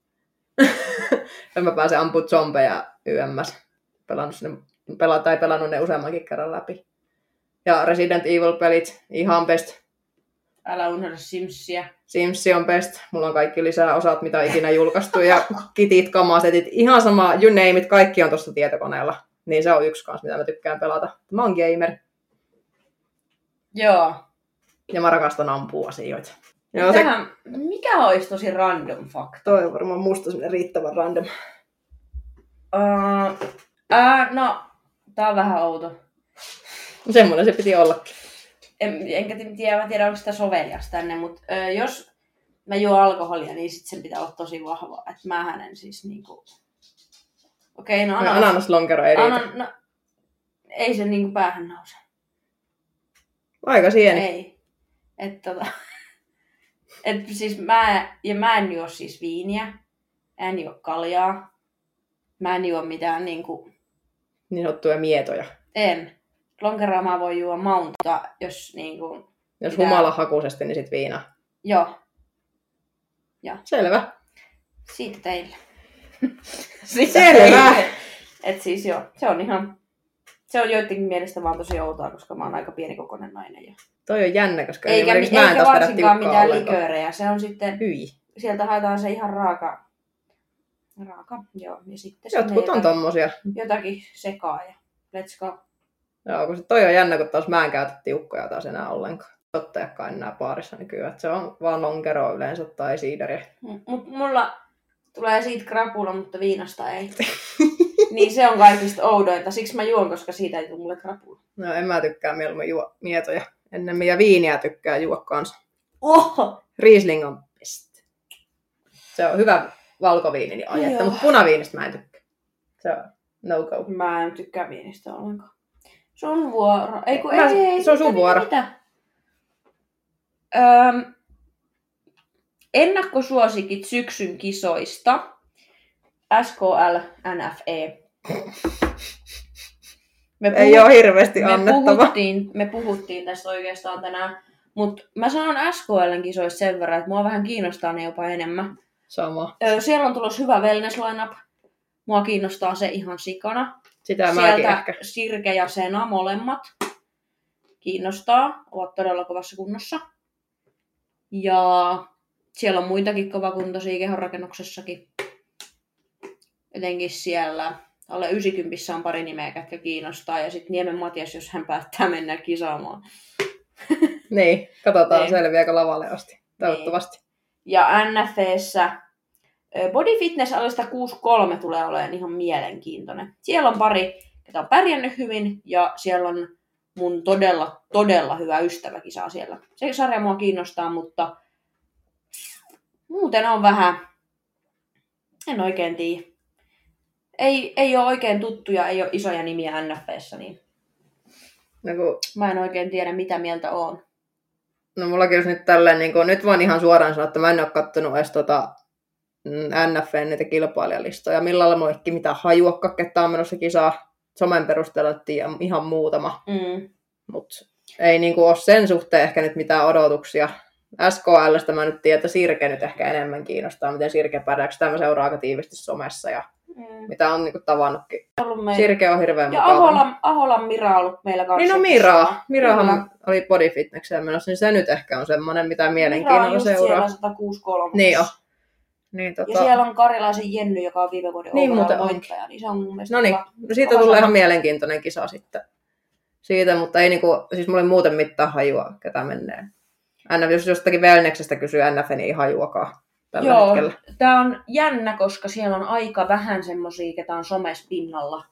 Mä pääsen ampumaan zombeja yms. Pelannut sinne, pela, tai pelannut ne useammankin kerran läpi. Ja Resident Evil-pelit, ihan best. Älä unohda Simsia. Sims on best. Mulla on kaikki lisää osat, mitä on ikinä julkaistu. Ja kitit, kamasetit, ihan sama, you name it, kaikki on tossa tietokoneella. Niin se on yksi kanssa, mitä mä tykkään pelata. Mä oon gamer. Joo. Ja mä rakastan ampua asioita. Joo, Mitähän, se... Mikä olisi tosi random fakta? Toi on varmaan musta semmonen riittävän random. Uh, uh, no, tää on vähän outo. Semmoinen se piti ollakin. En, enkä tiedä, mä tiedä, onko sitä sovelias tänne, mutta ö, jos mä juon alkoholia, niin sit sen pitää olla tosi vahvaa. Että mähän en siis niinku... Okei, okay, no ananas... Ananaslonkero ei riitä. Anan... No, ei se niinku päähän nouse. Aika sieni. Ei. Että tota... Et siis mä, ja mä en juo siis viiniä. En juo kaljaa. Mä en juo mitään niinku... Niin sanottuja mietoja. En. Lonkeroa mä voin juo maunta, jos niinku... Jos pitää... humalahakuisesti, niin sit viina. Joo. Ja. Selvä. Siitä teille. Siitä Selvä. Et siis joo, se on ihan... Se on joidenkin mielestä vaan tosi outoa, koska mä oon aika pienikokoinen nainen. Ja... Toi on jännä, koska eikä, eikä mä en eikä varsinkaan mitään ollenkaan. liköörejä. Se on sitten... Hyi. Sieltä haetaan se ihan raaka... Raaka, joo. Ja sitten jotkut on tommosia. Jotakin sekaa ja let's go. Joo, kun se toi on jännä, kun taas mä en käytä tiukkoja taas enää ollenkaan. Ottajakaan enää baarissa nykyään. Että se on vaan lonkeroa yleensä tai siideria. Mut mulla tulee siitä krapula, mutta viinasta ei. Niin se on kaikista oudointa. Siksi mä juon, koska siitä ei tule mulle krapula. No en mä tykkää mieluummin juo mietoja ennemmin. Ja viiniä tykkää juo kanssa. Oho! Riesling on best. Se on hyvä valkoviini niin ajetta, mutta punaviinistä mä en tykkää. Se on no go. Mä en tykkää viinistä ollenkaan. Sun vuoro. Ei, kun, mä, ei, ei, se on sun mitä, vuoro. Mitä? Öm, ennakkosuosikit syksyn kisoista. S K L, N F E. Me puhut, ei ole hirveästi me annettava. Puhuttiin, me puhuttiin tästä oikeastaan tänään. Mutta mä sanon S K L:n kisoista sen verran, että mua vähän kiinnostaa ne jopa enemmän. Sama. Öö, siellä on tulossa hyvä wellness lineup. Mua kiinnostaa se ihan sikana. Sitä mäkin ehkä. Sieltä Sirke ja Sena molemmat kiinnostaa. Ovat todella kovassa kunnossa. Ja siellä on muitakin kovakuntoisia kehonrakennuksessakin. Jotenkin siellä alle yhdeksänkymmentä on pari nimeä, jotka kiinnostaa. Ja sitten Niemen Matias, jos hän päättää mennä kisaamaan. Niin, katsotaan niin. selviääkö lavalle asti. Toivottavasti. Niin. Ja N F E:ssä Body Fitness alle sata kuusikymmentäkolme tulee olemaan ihan mielenkiintoinen. Siellä on pari, jotka on pärjännyt hyvin, ja siellä on mun todella, todella hyvä ystävä kisaa siellä. Se sarja mua kiinnostaa, mutta muuten on vähän, en oikein tiedä. Ei, ei ole oikein tuttuja, ei ole isoja nimiä N F E:ssä, niin no, kun... mä en oikein tiedä, mitä mieltä on. No mullakin olisi nyt tälleen, niin kun, nyt voin ihan suoraan sanoa, että mä en ole kattonut edes tota N F N niitä kilpailijalistoja. Millalla mulla ei mitään hajuakaan, ketä on menossa kisaa. Somen perusteella tiedä ihan muutama. Mm. Mutta ei niinku ole sen suhteen ehkä nyt mitään odotuksia. S K L:stä mä nyt tiedän, että Sirke nyt ehkä enemmän kiinnostaa, miten Sirke pärjää, sitä mä seuraan aika tiivisti somessa. Ja mm. mitä on niinku tavannutkin. Meillä... Sirke on hirveän ja mukava. Aholan, Aholan Mira on ollut meillä kanssa. Niin no Mira. Mirahan Kyllä. oli Body Fitnesseen menossa, niin se nyt ehkä on semmoinen, mitä mielenkiinnolla seuraa. Mira on just siellä sata kuusikymmentäkolme. Niin on. Niin, tota... Ja siellä on Karilaisen Jenny, joka on viime vuoden niin, overall-voittaja. Niin se on mun mielestä... No niin, no siitä tulee ihan mielenkiintoinen kisa sitten. Siitä, mutta ei niinku, siis mulla ei muuten mitään hajua, ketä menee. N F, jos jostakin Wellneksestä kysyy N F, niin ei hajuakaan tällä Joo, hetkellä. Tää on jännä, koska siellä on aika vähän semmosia, ketä on somes pinnalla.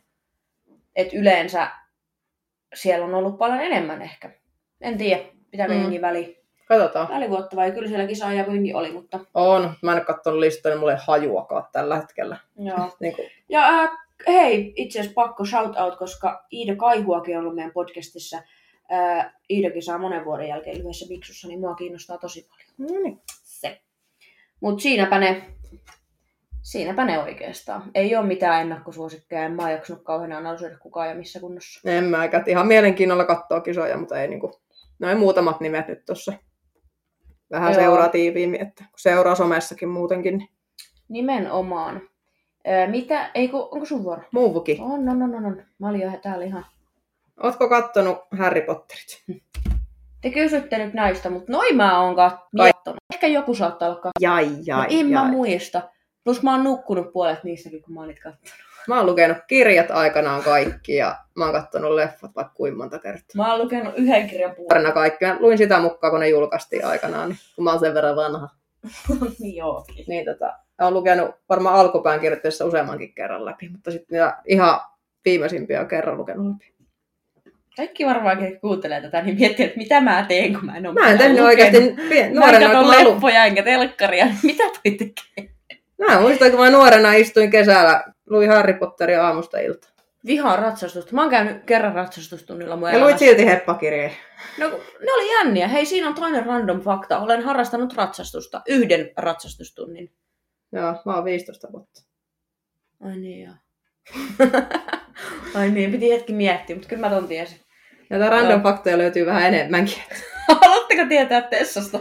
Et yleensä siellä on ollut paljon enemmän ehkä. En tiedä, pitääkö mm. jengi väli. Katsotaan. Välivuotta vai kyllä siellä kisaajia kuitenkin oli, mutta... On, mä en ole katsonut listoja, niin mulla ei hajuakaan tällä hetkellä. Joo. niin kuin... Ja äh, hei, itse asiassa pakko shout out, koska Iida Kaihuakin on ollut meidän podcastissa. Äh, Iidakin saa monen vuoden jälkeen lyhyessä miksussa, niin mua kiinnostaa tosi paljon. No niin. Se. Mut siinäpä ne, siinäpä ne oikeastaan. Ei ole mitään ennakkosuosikkeja, en mä oon jaksanut kauhean analysoida kukaan ja missä kunnossa. En mäkään. Ihan mielenkiinnolla katsoa kisoja, mutta ei niinku... Noin muutamat nimet nyt tossa. Vähän Joo. seuraa tiiviimmin, että kun seuraa somessakin muutenkin. Niin... Nimenomaan. Öö, mitä, eiku, onko sun vuoro? Muuvukin. On, on, on, on, on. Mä olin jo täällä ihan... Ootko kattonut Harry Potterit? Te kysytte nyt näistä, mutta noin mä oon kattonut. Ehkä joku saattaa olla kattonut. Jai, jai, no, en jai. mä muista. Plus mä oon nukkunut puolet niistäkin, kun mä oon niitä kattonut. Mä oon lukenut kirjat aikanaan kaikki ja mä oon kattonut leffat vaikka kuinka monta kertaa. Mä oon lukenut yhden kirjan puolella. Kaikki. Mä luin sitä mukaan, kun ne julkaistiin aikanaan, niin, kun mä oon sen verran vanha. niin joo. Niin tota, oon lukenut varmaan alkupään kirjoitteessa useammankin kerran läpi, mutta sitten ihan viimeisimpiä on kerran lukenut läpi. Kaikki varmaan kuuntelee tätä, niin miettii, että mitä mä teen, kun mä en ole Mä en tehnyt oikeasti nuorena. Mä en katso leppoja enkä telkkaria, niin mitä toi tekee? Mä muistan, kun mä nuorena istuin kesällä, luin Harry Potteria aamusta ilta. Vihaan ratsastusta. Mä oon käynyt kerran ratsastustunnilla mun elämässä. Ja luit silti heppakirjaa. No, ne oli jänniä. Hei, siinä on toinen random fakta. Olen harrastanut ratsastusta. Yhden ratsastustunnin. Joo, mä oon viisitoista vuotta. Ai niin joo. Ai niin, piti hetki miettiä, mutta kyllä mä ton tiesin. Ja tää random no. faktoja löytyy vähän enemmänkin. Haluatteko tietää Tessasta?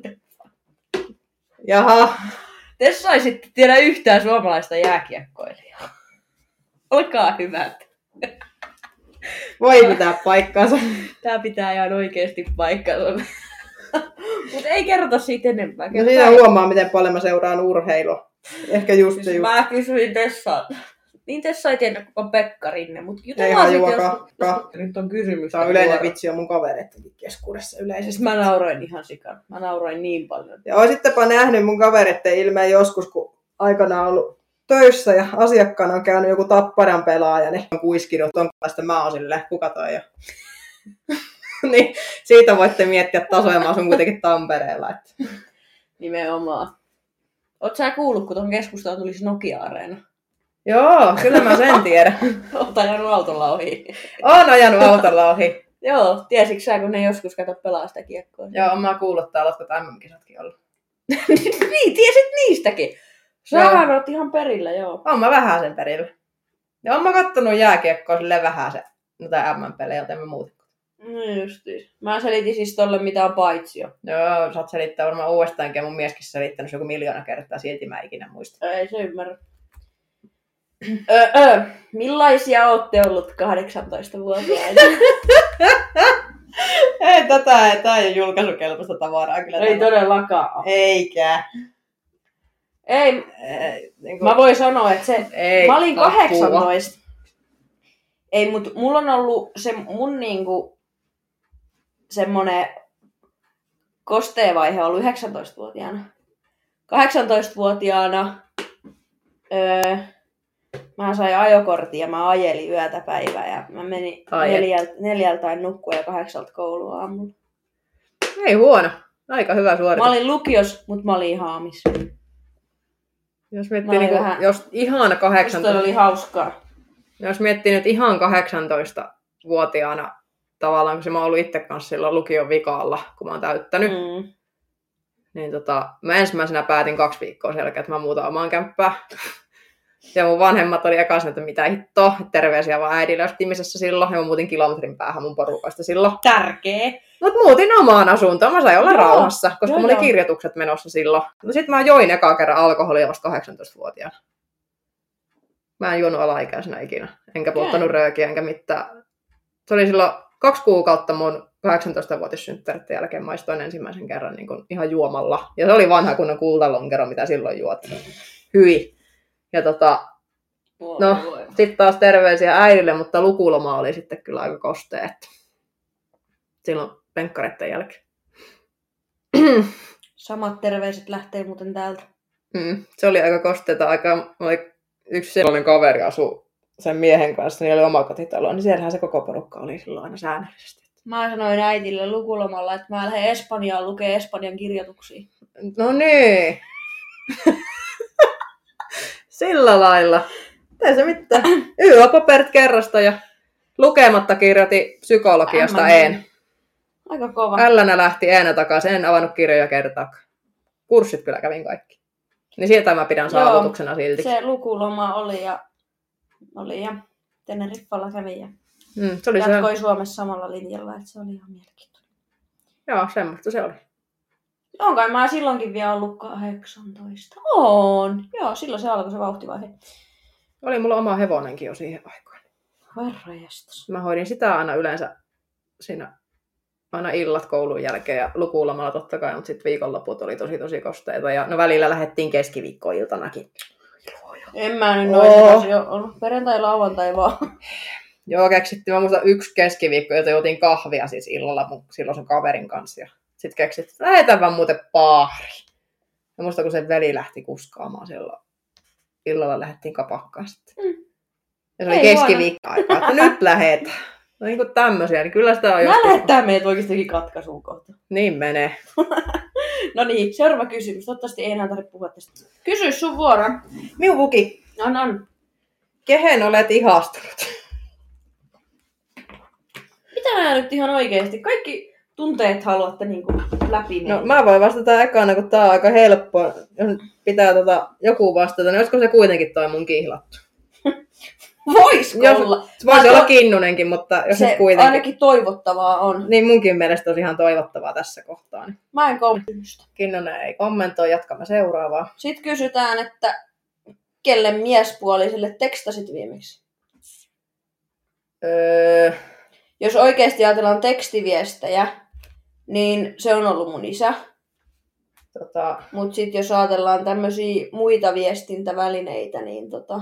Jaha. Tessa ei sitten tiedä yhtään suomalaista jääkiekkoilijaa. Olkaa hyvät. Voi pitää paikkaansa. Tää pitää ihan oikeesti paikkaansa. Mutta ei kerrota siitä enempää. No siitä huomaa, miten paljon mä seuraan urheilua. Ehkä just siis se just. Mä kysyin Tessaa. Niin Tessa ei tiedä kuka Pekka Rinne, mutta jutellaan sitten jos... Nyt on kysymys. Tämä on yleinen vitsi on mun kavereittenkin keskuudessa yleisesti. Mä nauroin ihan sikan. Mä nauroin niin paljon. Ja oisittepa nähnyt mun kavereitten ilmeen joskus, kun aikana on ollut töissä ja asiakkaana on käynyt joku Tapparan pelaaja, niin on kuiskinut ton kanssa, mä oon silleen, kuka toi on. Niin siitä voitte miettiä tasoja, mä asun kuitenkin Tampereella. Että. Nimenomaan. Oot sä kuullut, kun ton keskustelun tulisi Nokia-areena? Joo, kyllä mä sen tiedän. Oot ajanut autolla ohi. Oon ajanut autolla ohi. Joo, tiesitkö sä, kun ne joskus kato pelaa sitä kiekkoa? Joo, oon mä kuullut täällä, ootko M M-kisatkin ollut. Niin, tiesit niistäkin. Sähän oot ihan perillä, joo. Oon mä vähän sen perillä. Ja oon mä kattonut jääkiekkoa silleen vähän se, noita M M-pelejä, joten mä muuten. No justiin. Mä selitin siis tolle, mitä on paitsio. Joo, saat selittää varmaan uudestaankin, ja mun mieskin selittänyt joku miljoona kertaa, silti mä ikinä muista. Ei se ymmärrä. Öö, öö. Millaisia ootte ollut kahdeksantoistavuotiaita? Ei, tätä ei, tää ei ole julkaisukelpoista tavaraa kyllä. Ei todellakaan. Eikä. Ei, ei niin kuin... mä voin sanoa, että se, ei, mä olin kahdeksantoista. Ei, mut mulla on ollut se mun niinku semmonen kosteevaihe ollut yhdeksäntoistavuotiaana. kahdeksantoistavuotiaana öö, mä sain ajokortin ja mä ajelin yötä päivää ja mä menin neljältä, neljältä nukkua ja kahdeksalta koulua aamulla. Ei huono. Aika hyvä suoritus. Mä olin lukios, mut mä olin ihan aamissa. Jos miettii niinku, vähän... jos ihan kahdeksantoista... oli hauskaa. Jos miettii nyt ihan kahdeksantoistavuotiaana tavallaan, kun se mä oon ollut itse kanssa silloin lukion vikaalla, kun mä oon täyttänyt. Mm. Niin tota, mä ensimmäisenä päätin kaksi viikkoa selkeä, että mä muutan omaan kämppään. Ja mun vanhemmat oli eka että mitä hittoa, terveisiä vaan äidille, jos Timisessä silloin. Ja mä muutin kilometrin päähän mun porukasta silloin. Tärkee. Mut muutin omaan asuntoon, mä sain olla joo, rauhassa, koska joo, mulla oli kirjoitukset menossa silloin. No sit mä join eka kerran alkoholia vasta kahdeksantoistavuotiaana. Mä en juonut alaikäisenä ikinä. Enkä polttanut röökiä, enkä mitään. Se oli silloin kaksi kuukautta mun kahdeksantoistavuotissynttärit jälkeen maistoin ensimmäisen kerran niin kuin ihan juomalla. Ja se oli vanha kunnon kultalonkero, mitä silloin juotiin. Hyi. Ja tota, no, sitten taas terveisiä äidille, mutta lukuloma oli sitten kyllä aika kostea. Silloin penkkareiden jälkeen. Samat terveiset lähtee muuten täältä. Mm, se oli aika kosteita aikaa. Oli yksi sellainen kaveri asui sen miehen kanssa, niin oli oma kotitalo, niin siellähän se koko porukka oli silloin aina säännöllisesti. Mä sanoin äitille lukulomalla, että mä lähden Espanjaan lukee Espanjan kirjoituksia. No niin. Sillä lailla. Ei se mitään. Y-paperit kerrasta ja lukematta kirjoitin psykologiasta Ämmän. en. Aika kova. Ällänä lähti eenä takaisin, en avannut kirjoja kertaakaan. Kurssit kyllä kävin kaikki. Niin sieltä mä pidän saavutuksena Joo, silti. Se lukuloma oli ja, oli ja Teneriffalla kävin ja Mm, se oli jatkoi se... Suomessa samalla linjalla, että se oli ihan mielenkiintoinen. Joo, semmoista se oli. On kai mä silloinkin vielä ollut kahdeksantoista. On. Joo, silloin se alkoi se vauhtivaihe. Oli mulla oma hevonenkin jo siihen aikaan. Herranjestas. Mä hoidin sitä aina yleensä siinä aina illat koulun jälkeen ja lukulomalla totta kai, mutta sitten viikonloput oli tosi tosi kosteita. Ja no välillä lähdettiin keskiviikkoiltanakin. En mä nyt Oo. noin sekaisin ole ollut. Perjantai, lauantai vaan. Joo, keksittiin. Mä muistan yksi keskiviikko, jota juotiin kahvia siis illalla mun silloisen kaverin kanssa. Ja sitten keksittiin, että lähdetään vaan muuten baariin. Ja muista, kun se veli lähti kuskaamaan silloin. Illalla lähdettiin kapakkaan sitten. Mm. Ja se oli Ei keskiviikko-aikaa, että nyt lähdetään. No niin kuin tämmöisiä, niin kyllä sitä on Mä joskus... lähettää meidät oikeastikin katkaisuun kohta. Niin menee. No niin, seuraava kysymys. Toivottavasti ei enää tarvitse puhua tästä. Kysy sun vuoro. Miu Vuki, On, on. kehen olet ihastunut? Mitä mä nyt ihan oikeesti? Kaikki tunteet haluatte niinku läpi. No mä voin vastata ekana, kun tää on aika helppo. Jos pitää tota, joku vastata, niin olisiko se kuitenkin toi mun kihlattu? Voisiko Jos, olla? se voisi Mä olla to- Kinnunenkin, mutta jos Se nyt kuitenkin. ainakin toivottavaa on. Niin munkin mielestä olisi ihan toivottavaa tässä kohtaa. Niin Mä en kommentoista. Kinnunen ei kommentoi, jatkamme seuraavaa. Sitten kysytään, että kelle miespuoliselle tekstasit viimeksi? Öö, Jos oikeasti ajatellaan tekstiviestejä, niin se on ollut mun isä. tota, Mutta sitten jos ajatellaan tämmöisiä muita viestintävälineitä, niin tota,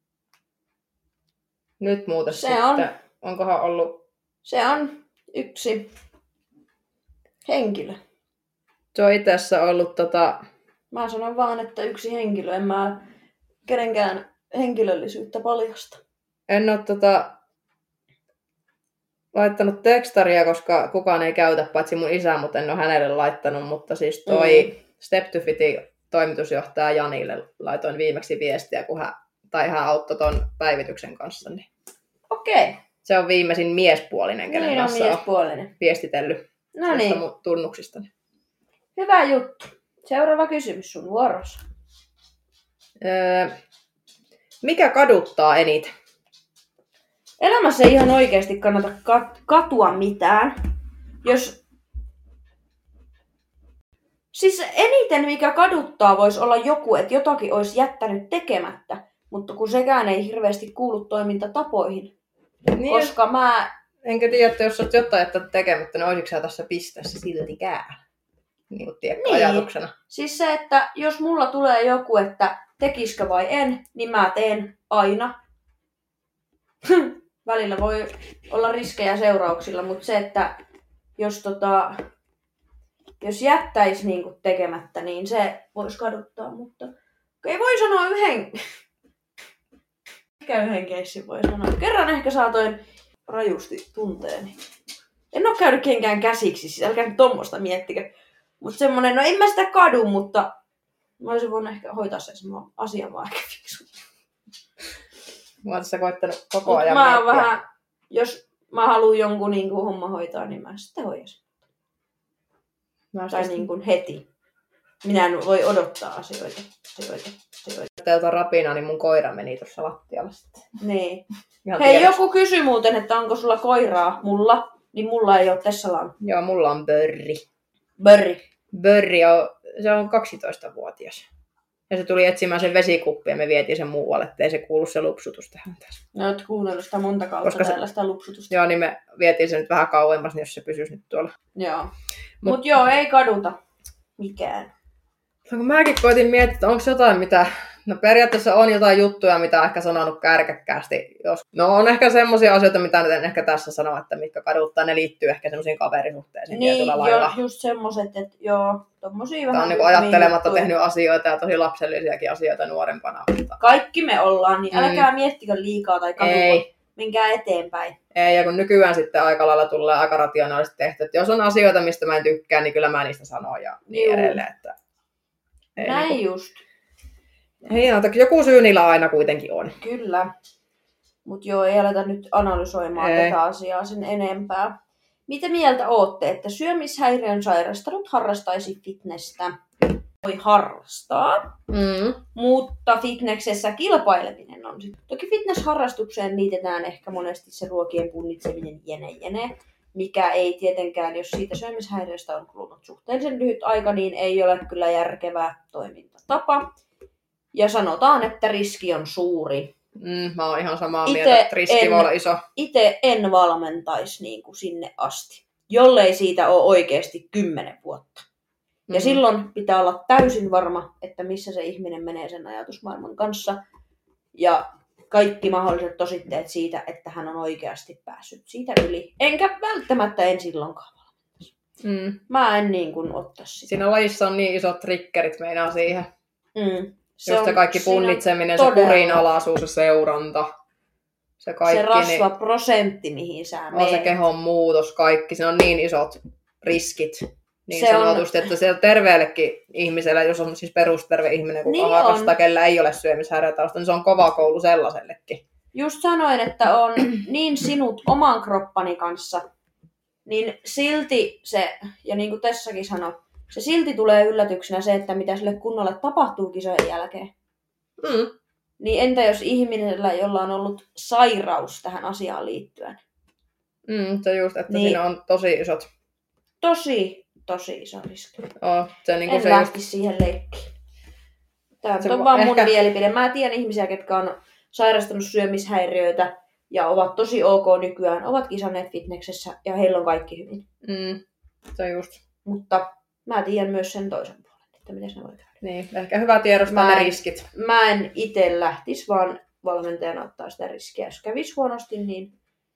nyt muuten Se sitten. on. Onkohan ollut... se on yksi henkilö. Se on itse asiassa ollut tota... Mä sanon vaan, että yksi henkilö. En mä kenenkään henkilöllisyyttä paljasta. En ole tota... laittanut tekstaria, koska kukaan ei käytä, paitsi mun isä, mutta en ole hänelle laittanut. Mutta siis toi mm. Step to Fitin toimitusjohtaja Janille laitoin viimeksi viestiä, kun hän, tai hän auttoi ton päivityksen kanssa. Niin Okei. se on viimeisin miespuolinen, kenen Niin on kanssa on miespuolinen. viestitellyt No niin. mun tunnuksistani. Hyvä juttu. Seuraava kysymys sun vuorossa. Öö, mikä kaduttaa eniten? Elämässä ei ihan oikeasti kannata kat- katua mitään. Jos... Siis eniten mikä kaduttaa voisi olla joku, että jotakin olisi jättänyt tekemättä, mutta kun sekään ei hirveästi kuulu toimintatapoihin. Niin, Koska mä... enkä tiedä, että jos olet jotain jättänyt tekemättä, niin olisitko sä tässä pisteessä siltikään? Niin kuin tiedätkö, Niin. ajatuksena. Siis se, että jos mulla tulee joku, että tekisikö vai en, niin mä teen aina. Välillä voi olla riskejä seurauksilla, mutta se, että jos, tota, jos jättäisi niinku tekemättä, niin se voisi kaduttaa. Mutta ei voi sanoa yhden... Ehkä yhden keissin voi sanoa. Kerran ehkä saatoin rajusti tunteeni. En ole käynyt kenkään käsiksi, siis älkää nyt tommoista miettikö. Mutta semmonen, no en mä sitä kadu, mutta mä olisin voinut ehkä hoitaa sen semmoinen asian vaan ehkä fiksu. Mä oon tässä koittanut koko Mut ajan mä oon miettiä. vähän, jos mä haluan jonkun niin kuin homma hoitaa, niin mä sitten hoidan. Mä oon Tai siis niin kuin heti. Minä en voi odottaa asioita. asioita, asioita. teiltä rapinaa, niin mun koira meni tuossa lattialla sitten. Niin. Ihan Hei, tiedoksi. joku kysyi muuten, että onko sulla koiraa mulla, niin mulla ei ole Tessalaan. Joo, mulla on Börri. Börri. Börri on, se on kaksitoistavuotias. Ja se tuli etsimään sen vesikuppi ja me vietiin sen muualle, ettei se kuulu se lupsutus tähän tässä. No oot kuunnellut sitä monta kautta Koska se, täällä sitä lupsutusta. Joo, niin me vietiin sen nyt vähän kauemmas, niin jos se pysyisi nyt tuolla. Joo. Mut, Mut joo, ei kaduta mikään. No, kun mäkin koitin miettiä, että onko jotain mitä... No periaatteessa on jotain juttuja, mitä on ehkä sanonut kärkäkkäästi. Jos... No on ehkä semmoisia asioita, mitä nyt en ehkä tässä sano, että mitkä kaduttaa, ne liittyy ehkä semmoisiin kaverisuhteisiin niin, tietyllä lailla. Joo, just semmoiset, että joo, tommosia vähän... Tämä on niin ajattelematta tehnyt asioita ja tosi lapsellisiakin asioita nuorempana. Mutta... Kaikki me ollaan, niin älkää mm. miettikö liikaa tai kaduta. Menkää eteenpäin. Ei, ja kun nykyään sitten aika lailla tulee aika rationaalisesti tehty, että jos on asioita, mistä mä en tykkää, niin kyllä mä niistä sanon ja niin Juu. edelleen. Että... Ei, näin niin kuin... just. Hienoa, joku syy niillä aina kuitenkin on. Kyllä. Mutta joo, ei aleta nyt analysoimaan ei. tätä asiaa sen enempää. Mitä mieltä ootte, että syömishäiriön sairastanut harrastaisi fitnessä? Voi harrastaa, mm. mutta fitnessessä kilpaileminen on sitten. Toki fitnessharrastukseen liitetään ehkä monesti se ruokien punnitseminen jene jene, mikä ei tietenkään, jos siitä syömishäiriöstä on kulunut suhteellisen lyhyt aika, niin ei ole kyllä järkevä toimintatapa. Ja sanotaan, että riski on suuri. Mm, mä oon ihan samaa ite mieltä, että riski en, voi olla iso. Itse en valmentaisi niin kuin sinne asti, jollei siitä ole oikeasti kymmenen vuotta. Mm-hmm. Ja silloin pitää olla täysin varma, että missä se ihminen menee sen ajatusmaailman kanssa. Ja kaikki mahdolliset tositteet siitä, että hän on oikeasti päässyt siitä yli. Enkä välttämättä en silloinkaan valmentaisi. Mm. Mä en niin kuin ottaisi sitä. Siinä lajissa on niin isot triggerit meinaa siihen. Mm. Se Just se kaikki punnitseminen, se kurinalaisuus, se seuranta. Se, kaikki, se rasvaprosentti, mihin sä menet. Se kehon muutos, kaikki. Se on niin isot riskit. Niin se sanotusti, on... että siellä terveellekin ihmisellä, jos on siis perusterve ihminen, kuka niin harrastaa, kellä ei ole syömishäiriötausta, niin se on kova koulu sellaisellekin. Just sanoin, että on niin sinut oman kroppani kanssa, niin silti se, ja niin kuin Tessakin sanoi, se silti tulee yllätyksenä se, että mitä sille kunnolle tapahtuu kisojen jälkeen. Mm. Niin entä jos ihmisellä, jolla on ollut sairaus tähän asiaan liittyen? Mm, se just, että niin siinä on tosi isot. Tosi, tosi iso riski. Oh, se niin en se lähtisi just... siihen leikkiin. Tämä on vaan ehkä... mun mielipide. Mä tiedän ihmisiä, ketkä on sairastanut syömishäiriöitä ja ovat tosi ok nykyään, ovat kisanneet fitnessessä ja heillä on kaikki hyvin. Mm, se just. Mutta mä tiedän myös sen toisen puolen, että miten ne voi käydä. Niin, ehkä hyvä tiedostaa mä ne en, riskit. Mä en itse lähtisi, vaan valmentajana ottaa sitä riskiä. Jos kävisi huonosti, niin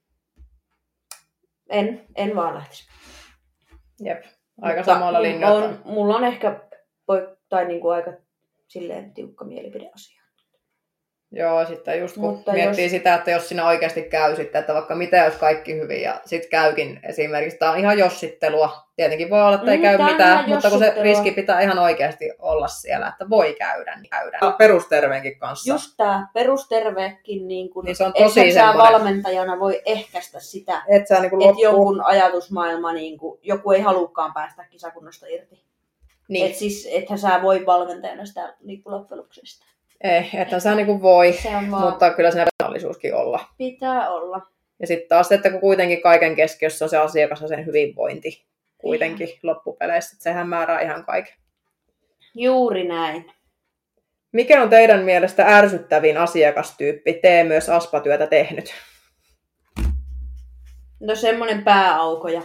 en, en vaan lähtisi. Jep, aika Mutta samalla linjoilla. On, mulla on ehkä poik- tai niinku aika silleen tiukka mielipide asiaan. Joo, sitten just kun Mutta miettii jos... sitä, että jos siinä oikeasti käy sitten, että vaikka mitä jos kaikki hyvin ja sitten käykin esimerkiksi, tämä on ihan jossittelua. Tietenkin voi olla, että ei mm, käy mitään, mutta kun se riski pitää ihan oikeasti olla siellä, että voi käydä, niin käydä. Perusterveenkin kanssa. Just tämä perustervekin, niin kun, niin se on tosi että sä valmentajana voi ehkäistä sitä, et sä niin että jonkun ajatusmaailma, niin kun, joku ei halukkaan päästä kisakunnosta irti. Niin. Että siis, ethän sä voi valmentajana sitä niin loppujen lopuksi. Ei, että sä niin voi, mutta kyllä siinä reaallisuuskin olla. Pitää olla. Ja sitten taas, että kun kuitenkin kaiken keskiössä on se asiakas ja sen hyvinvointi kuitenkin ihan loppupeleissä, että sehän määrää ihan kaiken. Juuri näin. Mikä on teidän mielestä ärsyttävin asiakastyyppi? Tee myös aspatyötä tehnyt. No semmoinen pääaukoja.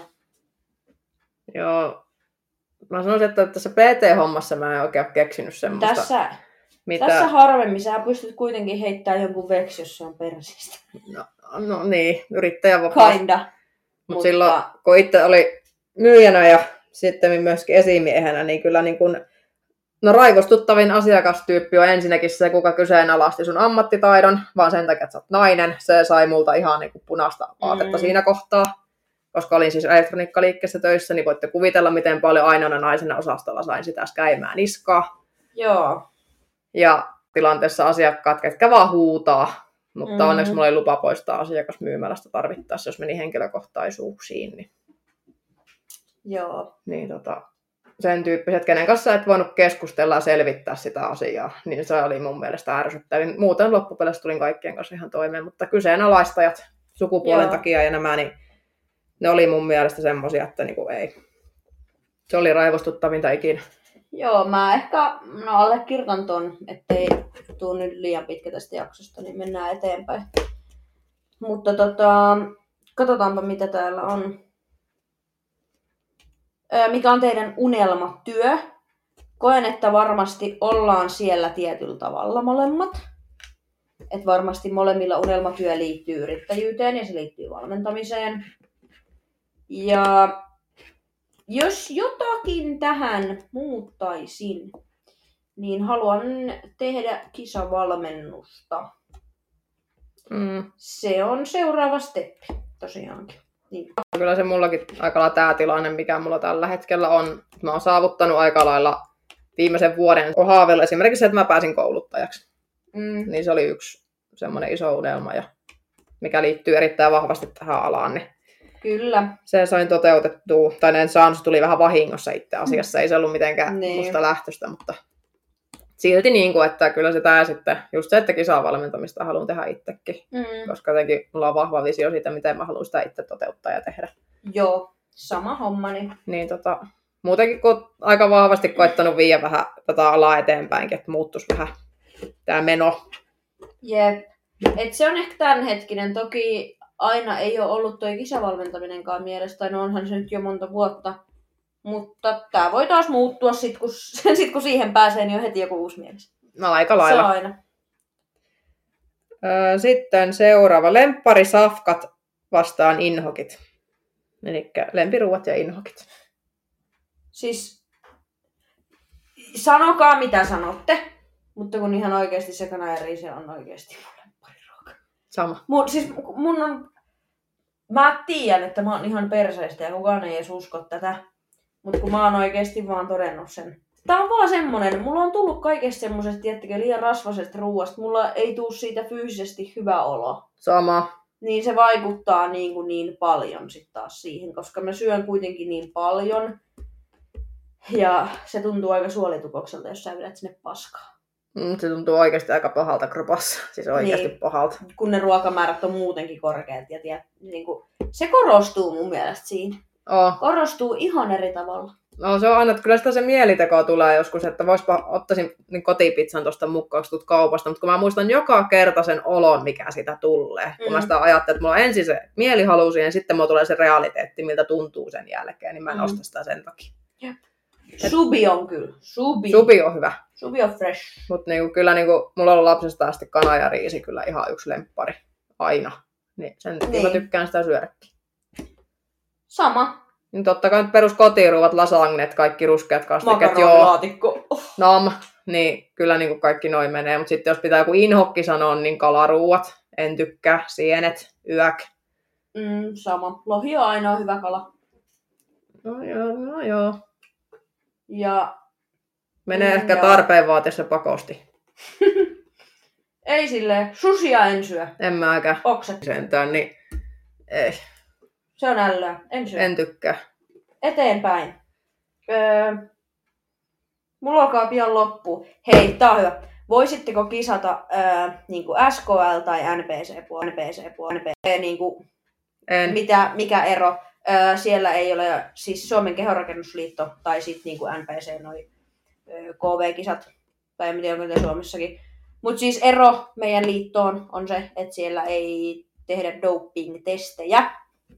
Joo. Mä sanoisin, että tässä P T-hommassa mä en oikein ole keksinyt semmoista. Tässä... Mitä? Tässä harvemmin sä pystyt kuitenkin heittämään jonkun veksi, jos se on persistä. No, no niin, yrittäjä vapaa. Kinda. Mut mutta silloin, kun itse oli myyjänä ja sitten myöskin esimiehenä, niin kyllä niin kun, no raivostuttavin asiakastyyppi on ensinnäkin se, kuka kyseenalaisti sun ammattitaidon, vaan sen takia, että sä oot nainen. Se sai multa ihan niin kuin punaista vaatetta mm. siinä kohtaa. Koska olin siis elektroniikkaliikkeessä töissä, niin voitte kuvitella, miten paljon ainoana naisena osastolla sain sitä käymään niskaa. Joo. Ja tilanteessa asiakkaat, ketkä vaan huutaa, mutta mm-hmm. onneksi mulla oli lupa poistaa asiakas myymälästä tarvittaessa, jos meni henkilökohtaisuuksiin. Niin, Joo. Niin tota, sen tyyppiset, kenen kanssa et voinut keskustella ja selvittää sitä asiaa, niin se oli mun mielestä ärsyttävin. Muuten loppupeleissä tulin kaikkien kanssa ihan toimeen, mutta kyseenalaistajat sukupuolen Joo. takia ja nämä, niin ne oli mun mielestä semmosia, että niinku ei. Se oli raivostuttavinta ikinä. Joo, mä ehkä no allekirjoitan ton, ettei tuu nyt liian pitkä tästä jaksosta, niin mennään eteenpäin. Mutta tota, katsotaanpa mitä täällä on. Öö, mikä on teidän unelmatyö? Koen, että varmasti ollaan siellä tietyllä tavalla molemmat. Että varmasti molemmilla unelmatyö liittyy yrittäjyyteen ja se liittyy valmentamiseen. Ja jos jotakin tähän muuttaisin, niin haluan tehdä kisavalmennusta. Mm. Se on seuraava steppi, tosiaankin. Niin. Kyllä se mullakin aika lailla tämä tilanne, mikä mulla tällä hetkellä on. Mä oon saavuttanut aika lailla viimeisen vuoden haaveilla esimerkiksi se, että mä pääsin kouluttajaksi. Mm. Niin se oli yksi semmoinen iso unelma, ja mikä liittyy erittäin vahvasti tähän alaan. Niin Kyllä. se sain toteutettua, tai en saanut, se tuli vähän vahingossa itse asiassa. Ei se ollut mitenkään Niin. musta lähtöstä, mutta silti niin kuin, että kyllä se tää sitten, just se, että kisavalmentamista haluan tehdä itsekin. Mm. Koska jotenkin mulla on vahva visio siitä, miten mä haluan sitä itse toteuttaa ja tehdä. Joo, sama hommani. Niin tota, muutenkin kun on aika vahvasti koittanut viedä vähän tätä alaa eteenpäinkin, että muuttuisi vähän tää meno. Jep. Et se on ehkä tämänhetkinen. Toki aina ei ole ollut toi kisavalmentaminenkaan mielestä, no onhan se nyt jo monta vuotta. Mutta tää voi taas muuttua sit kun, sit, kun siihen pääsee, niin on heti joku uusi mielessä. No aika Se lailla. on aina. Öö, Sitten seuraava. Lempparisafkat vastaan inhokit. Eli lempiruuat ja inhokit. Siis sanokaa mitä sanotte, mutta kun ihan oikeasti se kana ja riisi on oikeasti mun lemppariruoka. Sama. Mun, siis mun on... Mä tiedän, että mä oon ihan perseistä ja kukaan ei edes usko tätä. Mutta kun mä oon oikeesti vaan todennut sen. Tää on vaan semmonen, mulla on tullut kaikesta semmosesta, tiettäkö, liian rasvasesta ruuasta. Mulla ei tuu siitä fyysisesti hyvä olo. Sama. Niin se vaikuttaa niin, kuin niin paljon sit taas siihen, koska mä syön kuitenkin niin paljon. Ja se tuntuu aika suolitukokselta, jos sä vedät sinne paskaa. Mm, se tuntuu oikeasti aika pahalta kropassa. Siis oikeasti Niin. pahalta. Kun ne ruokamäärät on muutenkin korkeat. Ja tiedät, niin kuin, se korostuu mun mielestä siinä. Oh. Korostuu ihan eri tavalla. No se on aina, että kyllä sitä se mieliteko tulee joskus, että voispa ottaisin niin kotipizzan tuosta mukaan, kun tulet kaupasta, mutta kun mä muistan joka kerta sen olon, mikä sitä tulee. Mm. Kun mä sitä ajattelen, että mulla on ensin se mielihalu siihen, ja sitten mulla tulee se realiteetti, miltä tuntuu sen jälkeen, niin mä en mm. osta sitä sen takia. Jep. Subi on kyllä. Subi. Subi on hyvä. Subi on fresh. Mutta niinku, kyllä niinku, mulla on ollut lapsesta asti kana ja riisi kyllä ihan yksi lemppari. Aina. Niin, sen takia niin. Mä tykkään sitä syödäkin. Sama. Niin totta kai nyt perus kotiruuvat, lasagnet, kaikki ruskeat kastiket. Makaronilaatikko. Oh. Nom, niin kyllä niinku kaikki noin menee. Mutta sitten jos pitää joku inhokki sanoa, niin kalaruuat. En tykkää. Sienet, yök. Mm, sama. Lohi on ainoa hyvä kala. No joo, no joo. Ja... Menee mm, ehkä joo. tarpeen vaatiessa pakosti. Ei silleen. Susia en syö. En mäkään. Okset. Sentään, niin ei. Se on älyä. En syö. En tykkää. Eteenpäin. Öö, mulla alkaa pian loppu. Hei, tää on hyvä. Voisitteko kisata öö, niinku S K L tai N P C-puolella? N P C-puolella. N P C, niinku, En. mitä, mikä ero? Öö, siellä ei ole siis Suomen Kehonrakennusliitto tai sitten niinku N P C, noi öö, K V-kisat. Tai en tiedä, onko ne Suomessakin. Mutta siis ero meidän liittoon on se, että siellä ei tehdä doping-testejä.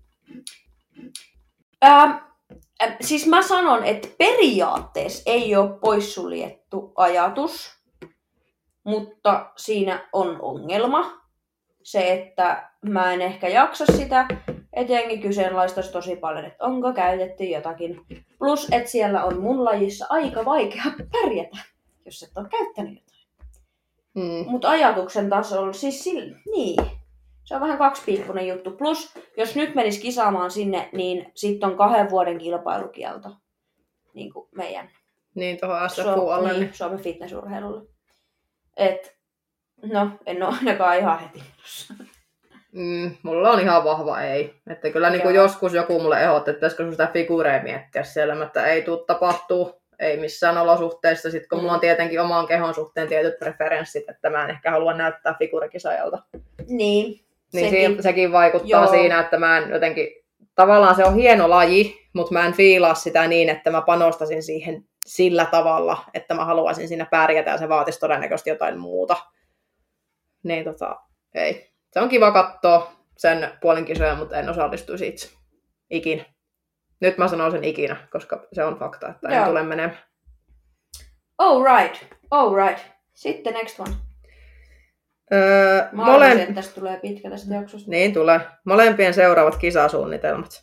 Ähm, äh, siis mä sanon, että periaatteessa ei ole poissuljettu ajatus, mutta siinä on ongelma. Se, että mä en ehkä jaksa sitä, etenkin kyseenalaistaisi tosi paljon, että onko käytetty jotakin. Plus, että siellä on mun lajissa aika vaikea pärjätä, jos et ole käyttänyt jotain. Mm. Mutta ajatuksen tasolla, siis sillä, niin. Se on vähän kaksipiippunen juttu. Plus, jos nyt menis kisaamaan sinne, niin sitten on kahden vuoden kilpailukielto. Niin kuin meidän Niin, tuohon S F Suom- U-alle. niin, Suomen fitnessurheilulle. Et, no, en ole ainakaan ihan heti. Mm, mulla on ihan vahva ei. Että kyllä niin kuin joskus joku mulle ehdotti, että pitäisikö sun sitä figuureja miettiä siellä, että ei tule tapahtuu. Ei missään olosuhteissa. Sitten kun mm. mulla on tietenkin oman kehon suhteen tietyt preferenssit, että mä en ehkä halua näyttää figuurikisajalta. Niin. Niin sekin, sekin, sekin vaikuttaa joo. siinä, että mä en jotenkin, tavallaan se on hieno laji, mutta mä en fiilaa sitä niin, että mä panostasin siihen sillä tavalla, että mä haluaisin siinä pärjätä ja se vaatisi todennäköisesti jotain muuta. Niin tota, ei. Se on kiva katsoa sen puolin kisoja, mutta en osallistuisi itse. Ikinä. Nyt mä sanon sen ikinä, koska se on fakta, että en Joo. tule menemään. All right, all right. Sitten next one. Öö, Mä mole... arvasin, että tästä tulee pitkä tästä jaksosta. Niin tulee. Molempien seuraavat kisasuunnitelmat.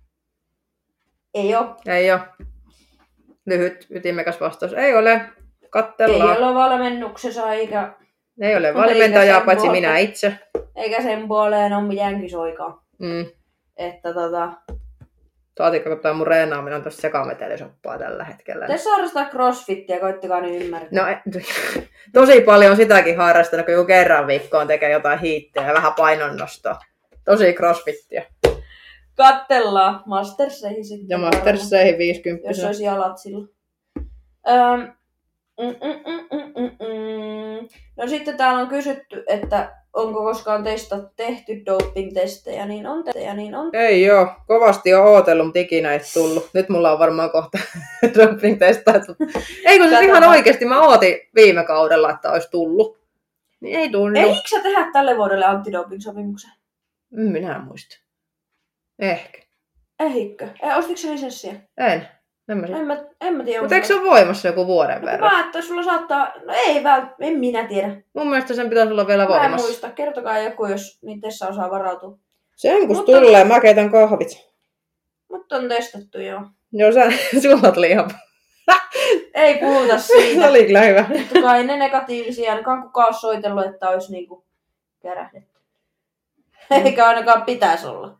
Ei oo. Ei ole. Lyhyt, ytimekäs vastaus. Ei ole. Kattellaan. Ei ole valmennuksessa eikä, Ei ole Eikä valmentajaa, sen paitsi puolta. minä itse. eikä sen puoleen ole mitään kisoikaan. Mm. Että tota... Saatikko, kun tämä mun reenaaminen on tuossa sekametelisoppaa tällä hetkellä. Tässä harrastaa crossfittiä, koittakaa nyt ymmärtää. No, tosi paljon sitäkin harrastanut, kun joku kerran viikkoon tekee jotain hiittiä ja vähän painonnostoa. Tosi crossfittiä. Kattellaan Masterseihin sitten. Ja Masterseihin Jos viisikymmentä. olisi jalat sillä. Öm, mm, mm, mm, mm, mm, mm. No sitten täällä on kysytty, että onko koskaan teistä tehty doping-testejä, niin on testejä, niin on. Ei joo, kovasti on ootellut, mutta ikinä ei tullut. Nyt mulla on varmaan kohta doping-testattu. Ei kun siis ihan oikeesti, mä ootin viime kaudella, että olisi tullut. Niin ei tullut. Eikö sä tehdä tälle vuodelle antidoping-sopimuksen? Minä en muista. Ehkä. Eikö? Ei, ostitko sä lisenssiä? En. En mä, En mä, en mä tiedä. mutta eikö se ole voimassa joku vuoden no, verran? mä, että sulla saattaa... No ei vält... En minä tiedä. Mun mielestä sen pitäisi olla vielä Mä en voimassa. muista. Kertokaa joku, jos niin Tessa osaa varautua. Sen kun Mutta- tulee, mä keitän kahvit. Mutta on testattu joo. Joo, sä, sulla oot liian. Ei puhuta Se siitä. oli kyllä hyvä. Totta kai ne negatiivisia, ainakaan kukaan olisi soitellut, että olisi niinku kärähdetty. Eikä ainakaan pitäisi olla.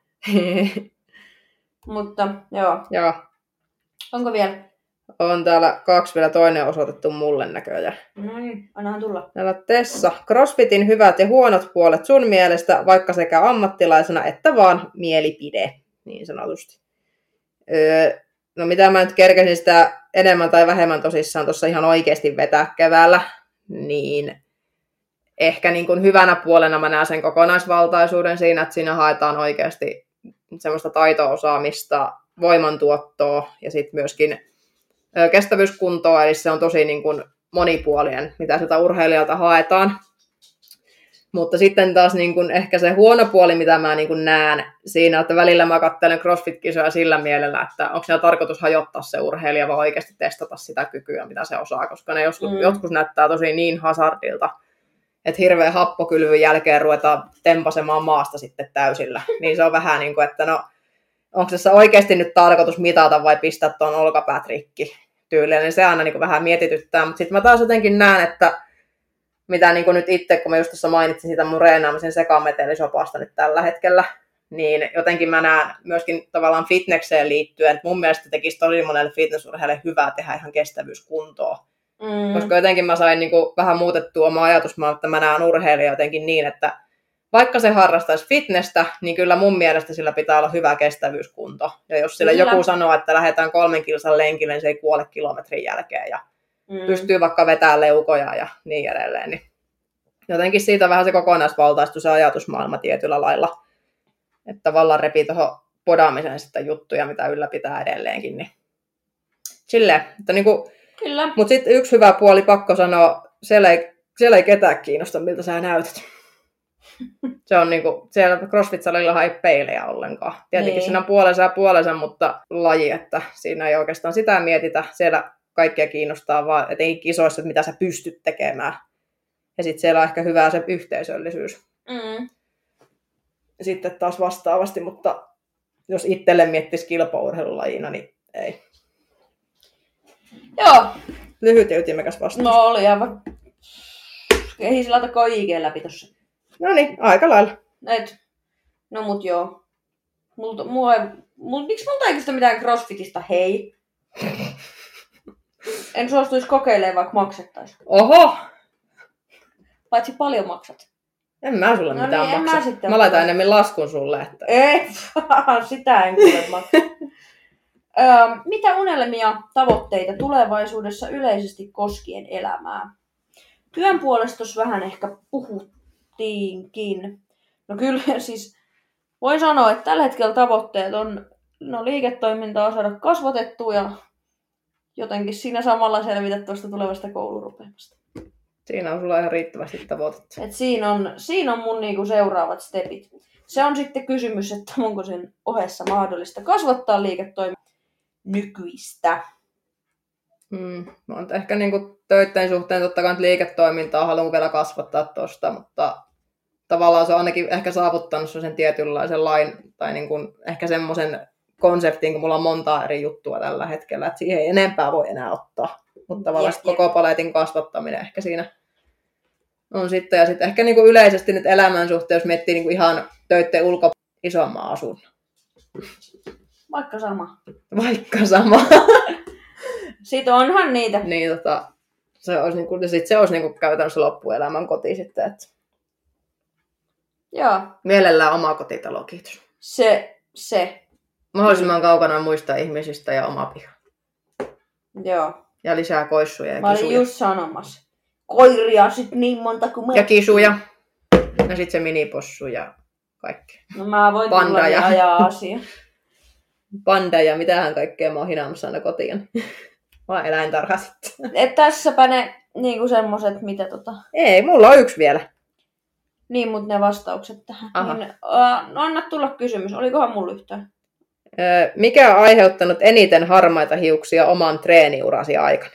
Mutta joo. Joo, Onko vielä? on täällä kaksi vielä toinen osoitettu mulle näköjään. No niin, annahan tulla. Täällä Tessa, CrossFitin hyvät ja huonot puolet sun mielestä, vaikka sekä ammattilaisena että vaan mielipide, niin sanotusti. Öö, no mitä mä nyt kerkesin sitä enemmän tai vähemmän tosissaan tuossa ihan oikeasti vetää keväällä, niin ehkä niin kuin hyvänä puolena mä näen sen kokonaisvaltaisuuden siinä, että siinä haetaan oikeasti semmoista taito-osaamista, voimantuottoa ja sitten myöskin ö, kestävyyskuntoa, eli se on tosi niin kuin monipuolinen, mitä siltä urheilijalta haetaan. Mutta sitten taas niin kuin ehkä se huono puoli, mitä mä niin kuin näen siinä, että välillä mä katselen CrossFit-kisoja sillä mielellä, että onko siellä tarkoitus hajottaa se urheilija vai oikeasti testata sitä kykyä, mitä se osaa, koska ne joskus, mm. joskus näyttää tosi niin hazardilta, että hirveän happokylvyn jälkeen ruvetaan tempasemaan maasta sitten täysillä. Niin se on vähän niin kuin, että no, onko tässä oikeasti nyt tarkoitus mitata vai pistää tuon olkapäät rikki tyyliin, niin se aina niin kuin vähän mietityttää. Mutta sitten mä taas jotenkin näen, että mitä niin kuin nyt itse, kun mä just tuossa mainitsin siitä mun reenaamisen sekametelisopasta nyt tällä hetkellä, niin jotenkin mä näen myöskin tavallaan fitnekseen liittyen, että mun mielestä tekisi tosi monelle fitnessurheilijalle hyvää tehdä ihan kestävyyskuntoa. Mm. Koska jotenkin mä sain niin kuin vähän muutettua omaa ajatusmaa, että mä näen urheilija jotenkin niin, että vaikka se harrastaisi fitnessä, niin kyllä mun mielestä sillä pitää olla hyvä kestävyyskunto. Ja jos sillä kyllä. Joku sanoo, että lähdetään kolmen kilsan lenkille, niin se ei kuole kilometrin jälkeen ja mm. pystyy vaikka vetämään leukoja ja niin edelleen. Niin jotenkin siitä vähän se kokonaisvaltaistui se ajatusmaailma tietyllä lailla. Että tavallaan repii tuohon podaamiseen sitten juttuja, mitä ylläpitää edelleenkin. Niin silleen, että niinku Kyllä. mutta sitten yksi hyvä puoli, pakko sanoa, siellä ei, siellä ei ketään kiinnosta, miltä sä näytät. Se on niinku, siellä CrossFit-salilla ei peilejä ollenkaan. Tietenkin niin. Siinä on puolensa ja puolensa, mutta laji, että siinä ei oikeastaan sitä mietitä. Siellä kaikkia kiinnostaa vaan etenkin kisoissa, että mitä sä pystyt tekemään. Ja sitten siellä on ehkä hyvää se yhteisöllisyys. Mm. Sitten taas vastaavasti, mutta jos itselle miettisi kilpaurheilulajina, niin ei. Joo. Lyhyt ja ytimekäs vastaus. No oli aivan. Ei sillä takaa I G läpi tossa. No niin, aika lailla. Et. No mut joo. Multa, mua ei, mul, miksi multa ei kysytä mitään CrossFitista, hei? En suostuisi kokeilemaan, vaikka maksettaisiin. Oho! Paitsi paljon maksat. En mä sulle No mitään niin, en maksa. mä sitten Mä laitan enemmän laskun sulle. Että... Ei, sitä en kuule maksa. Öö, mitä unelmia, tavoitteita tulevaisuudessa yleisesti koskien elämää? Työn puolesta tuossa vähän ehkä puhuttiinkin. No kyllä siis voin sanoa, että tällä hetkellä tavoitteet on no, liiketoimintaa saada kasvatettua ja jotenkin siinä samalla selvitä tuosta tulevasta koulurupeamasta. Siinä on sulla ihan riittävästi tavoitetta. Et siinä, on, siinä on mun niinku seuraavat stepit. Se on sitten kysymys, että onko sen ohessa mahdollista kasvattaa liiketoimintaa nykyistä. Mm, mä oon ehkä niinku töiden suhteen totta kai liiketoimintaa haluan vielä kasvattaa tuosta, mutta tavallaan se on ainakin ehkä saavuttanut sen tietynlaisen lain tai niinku ehkä semmoisen konseptin, kun mulla on montaa eri juttua tällä hetkellä, että siihen ei enempää voi enää ottaa. Mutta tavallaan jep, koko paletin kasvattaminen ehkä siinä on sitten. Ja sitten ehkä niinku yleisesti nyt elämän suhteen, jos miettii niinku ihan töiden ulko isomman asunnon. Vaikka sama. Vaikka sama. Sitten onhan niitä. Niin, tota, se olisi, niinku, ja sit se olisi niinku käytännössä loppuelämän koti sitten. Että joo. Mielellään oma kotitalo, kiitos. Se, se. Mahdollisimman kaukana muista ihmisistä ja oma piha. Joo. Ja lisää koissuja ja mä kisuja. Mä olin just sanomassa. Koiria sit niin monta kuin mä... Ja kisuja. Ja sit se minipossu ja kaikki. No mä voin Panda tulla ja ajaa asia. Panda ja mitähän kaikkea mä oon hinaamassa aina kotiin. Mä oon eläintarha sitten. Et tässäpä ne niinku semmoset, mitä tota... Ei, mulla on yksi vielä. Niin, mut ne vastaukset tähän. Aha. Niin, uh, no anna tulla kysymys. Olikohan mulla yhtään? Mikä on aiheuttanut eniten harmaita hiuksia oman treeniurasi aikana?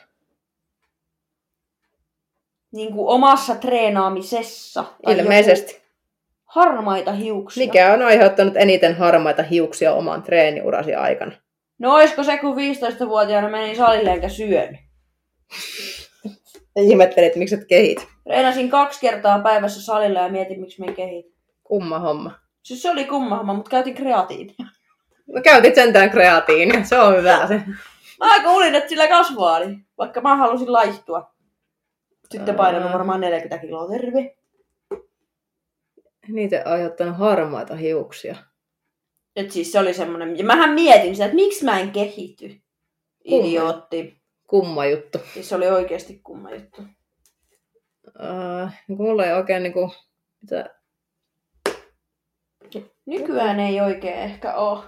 Niin kuin omassa treenaamisessa. Ilmeisesti. Harmaita hiuksia. Mikä on aiheuttanut eniten harmaita hiuksia oman treeniurasi aikana? No oisko se, kun viisitoistavuotiaana menin salille enkä syönyt? Ihmettelit, miksi et kehit. Treenasin kaksi kertaa päivässä salilla ja mietin, miksi me kehit. Kumma homma. Siis se oli kumma homma, mutta käytin kreatiinia. No käytit sentään kreatiinia, se on hyvä se. Mä kuulin, että sillä kasvaa, niin vaikka mä halusin laihtua. Sitten painanut varmaan neljäkymmentä kiloa, terve. Niitä aiheuttanut harmaita hiuksia. Et siis se oli semmonen, ja mähän mietin sitä, että miksi mä en kehity. Idiootti. Kumma juttu. Siis se oli oikeasti kumma juttu. Uh, niin mulla ei oikein niinku... Mitä... Nykyään ei oikein ehkä oo.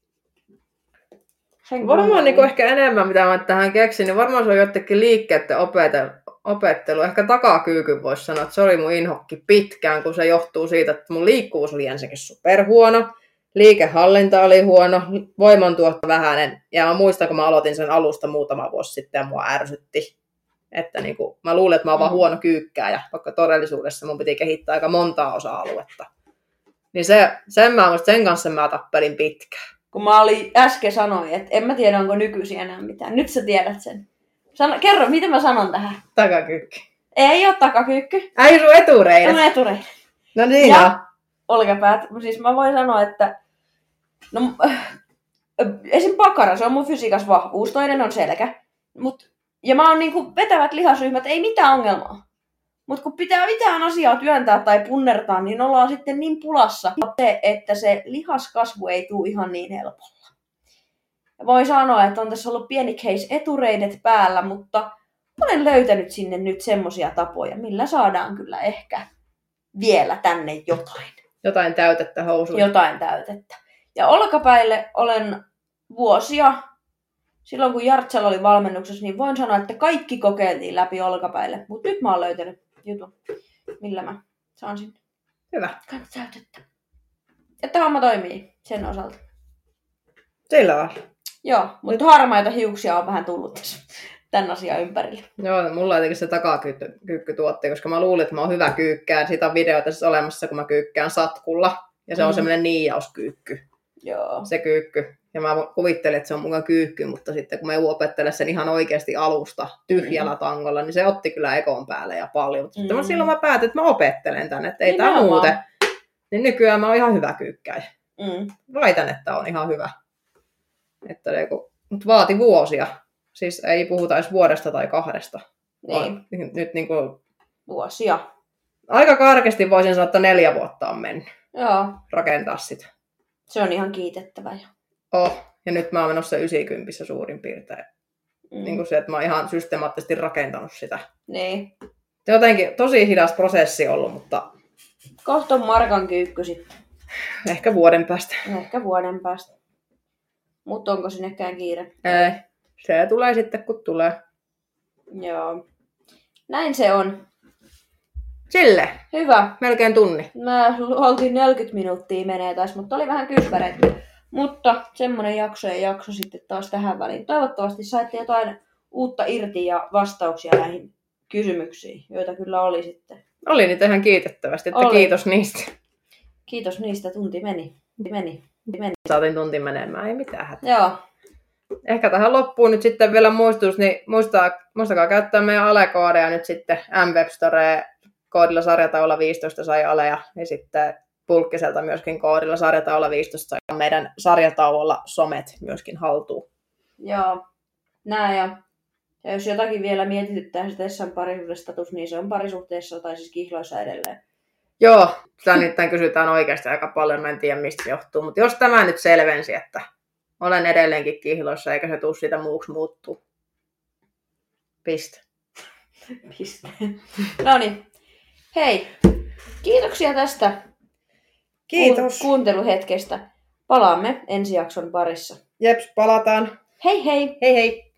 Sen varmaan niinku ehkä enemmän, mitä mä tähän keksin, niin varmaan se on jotenkin liikkeiden opettelu. Ehkä takakyykyn voisi sanoa, että se oli mun inhokki pitkään, kun se johtuu siitä, että mun liikkuvuus oli ensinnäkin superhuono. Liikehallinta oli huono, voimantuotto vähäinen. Ja mä muistan, kun mä aloitin sen alusta muutama vuosi sitten ja mua ärsytti. Että niin kuin, mä luulen, että mä oon vaan huono kyykkääjä, vaikka todellisuudessa mun piti kehittää aika montaa osa-aluetta. Niin se, sen, mä, sen kanssa mä tappelin pitkään. Kun mä olin äsken sanoin, että en mä tiedä, onko nykyisin enää mitään. Nyt sä tiedät sen. Sano, kerro, mitä mä sanon tähän? Takakyykky. Ei oo takakyykky. Ai sun etureidet. Tämä etureidet. No niin. Ja olkapäät. Siis mä voin sanoa, että no, äh, esim. Pakara, se on mun fysiikas vahvuus. Toinen on selkä. Mut, ja mä oon niinku vetävät lihasryhmät, ei mitään ongelmaa. Mutta kun pitää mitään asiaa työntää tai punnertaa, niin ollaan sitten niin pulassa, että se lihaskasvu ei tule ihan niin helpolla. Ja voin sanoa, että on tässä ollut pieni case etureidet päällä, mutta olen löytänyt sinne nyt semmosia tapoja, millä saadaan kyllä ehkä vielä tänne jotain. Jotain täytettä housuun. Jotain täytettä. Ja olkapäille olen vuosia, silloin kun Jartsel oli valmennuksessa, niin voin sanoa, että kaikki kokeiltiin läpi olkapäille. Mutta nyt mä oon löytänyt jutun, millä mä saan sinne. Hyvä. Täytettä. Että homma toimii sen osalta. Sillä lailla. Joo, mutta harmaita hiuksia on vähän tullut tässä tämän asian ympärille. Joo, mulla on jotenkin se takakyykky tuotti, koska mä luulin, että mä oon hyvä kyykkään. Siitä on videoita siis olemassa, kun mä kyykkään satkulla. Ja se mm. on semmoinen niijauskyykky. Joo. Se kyykky. Ja mä kuvittelin, että se on mukaan kyykky, mutta sitten kun mä opettelen sen ihan oikeasti alusta tyhjällä mm. tangolla, niin se otti kyllä ekon päälle ja paljon. Mutta sitten mm. silloin mä päätin, että mä opettelen tän, että ei niin tää muuten. Niin nykyään mä oon ihan hyvä kyykkäjä. Mm. Väitän, että on ihan hyvä. Että mutta vaati vuosia. Siis ei puhuta edes vuodesta tai kahdesta. Niin. Nyt niin kuin vuosia. Aika karkeasti voisin sanoa, että neljä vuotta on mennyt. Joo. Rakentaa sitä. Se on ihan kiitettävä jo. Oh. Ja nyt mä oon menossa yhdeksänkymmentä suurin piirtein. Mm. Niin kuin se, että mä oon ihan systemaattisesti rakentanut sitä. Niin. Jotenkin tosi hidas prosessi ollut, mutta... Kohta on Markan kyykky sitten. Ehkä vuoden päästä. Ehkä vuoden päästä. Mutta onko sinnekään kiire? Ei. Se tulee sitten, kun tulee. Joo. Näin se on. Sille. Hyvä. Melkein tunni. Mä oltiin neljäkymmentä minuuttia menee taas, mutta oli vähän kyspäreitä. Mutta semmonen jakso ja jakso sitten taas tähän väliin. Toivottavasti saitte jotain uutta irti ja vastauksia näihin kysymyksiin, joita kyllä oli sitten. Oli niitä ihan kiitettävästi, että Oli. kiitos niistä. Kiitos niistä, tunti meni. Meni. Meni. Saatiin tunti menemään, ei mitään hätää. Joo. Ehkä tähän loppuun nyt sitten vielä muistutus, niin muistaa, muistakaa käyttää meidän alekoodeja nyt sitten M-Web Store koodilla sarjataula viisitoista sai aleja, ja sitten Pulkkiselta myöskin koodilla sarjataula viisitoista sai meidän sarjatauolla somet myöskin haltuun. Joo. Näin ja, ja jos jotakin vielä mietityttää se Tessan parisuhdestatus, niin se on parisuhteessa tai siis kihloissa edelleen. Joo, sitä nyt kysytään oikeasti aika paljon, mä en tiedä mistä se johtuu, mutta jos tämä nyt selvensi, että olen edelleenkin kihloissa eikä se tule siitä muuksi muuttuu. Piste. Piste. No niin. Hei, kiitoksia tästä Kiitos. kuunteluhetkestä. Palaamme ensi jakson parissa. Jeps, palataan. Hei hei! Hei hei!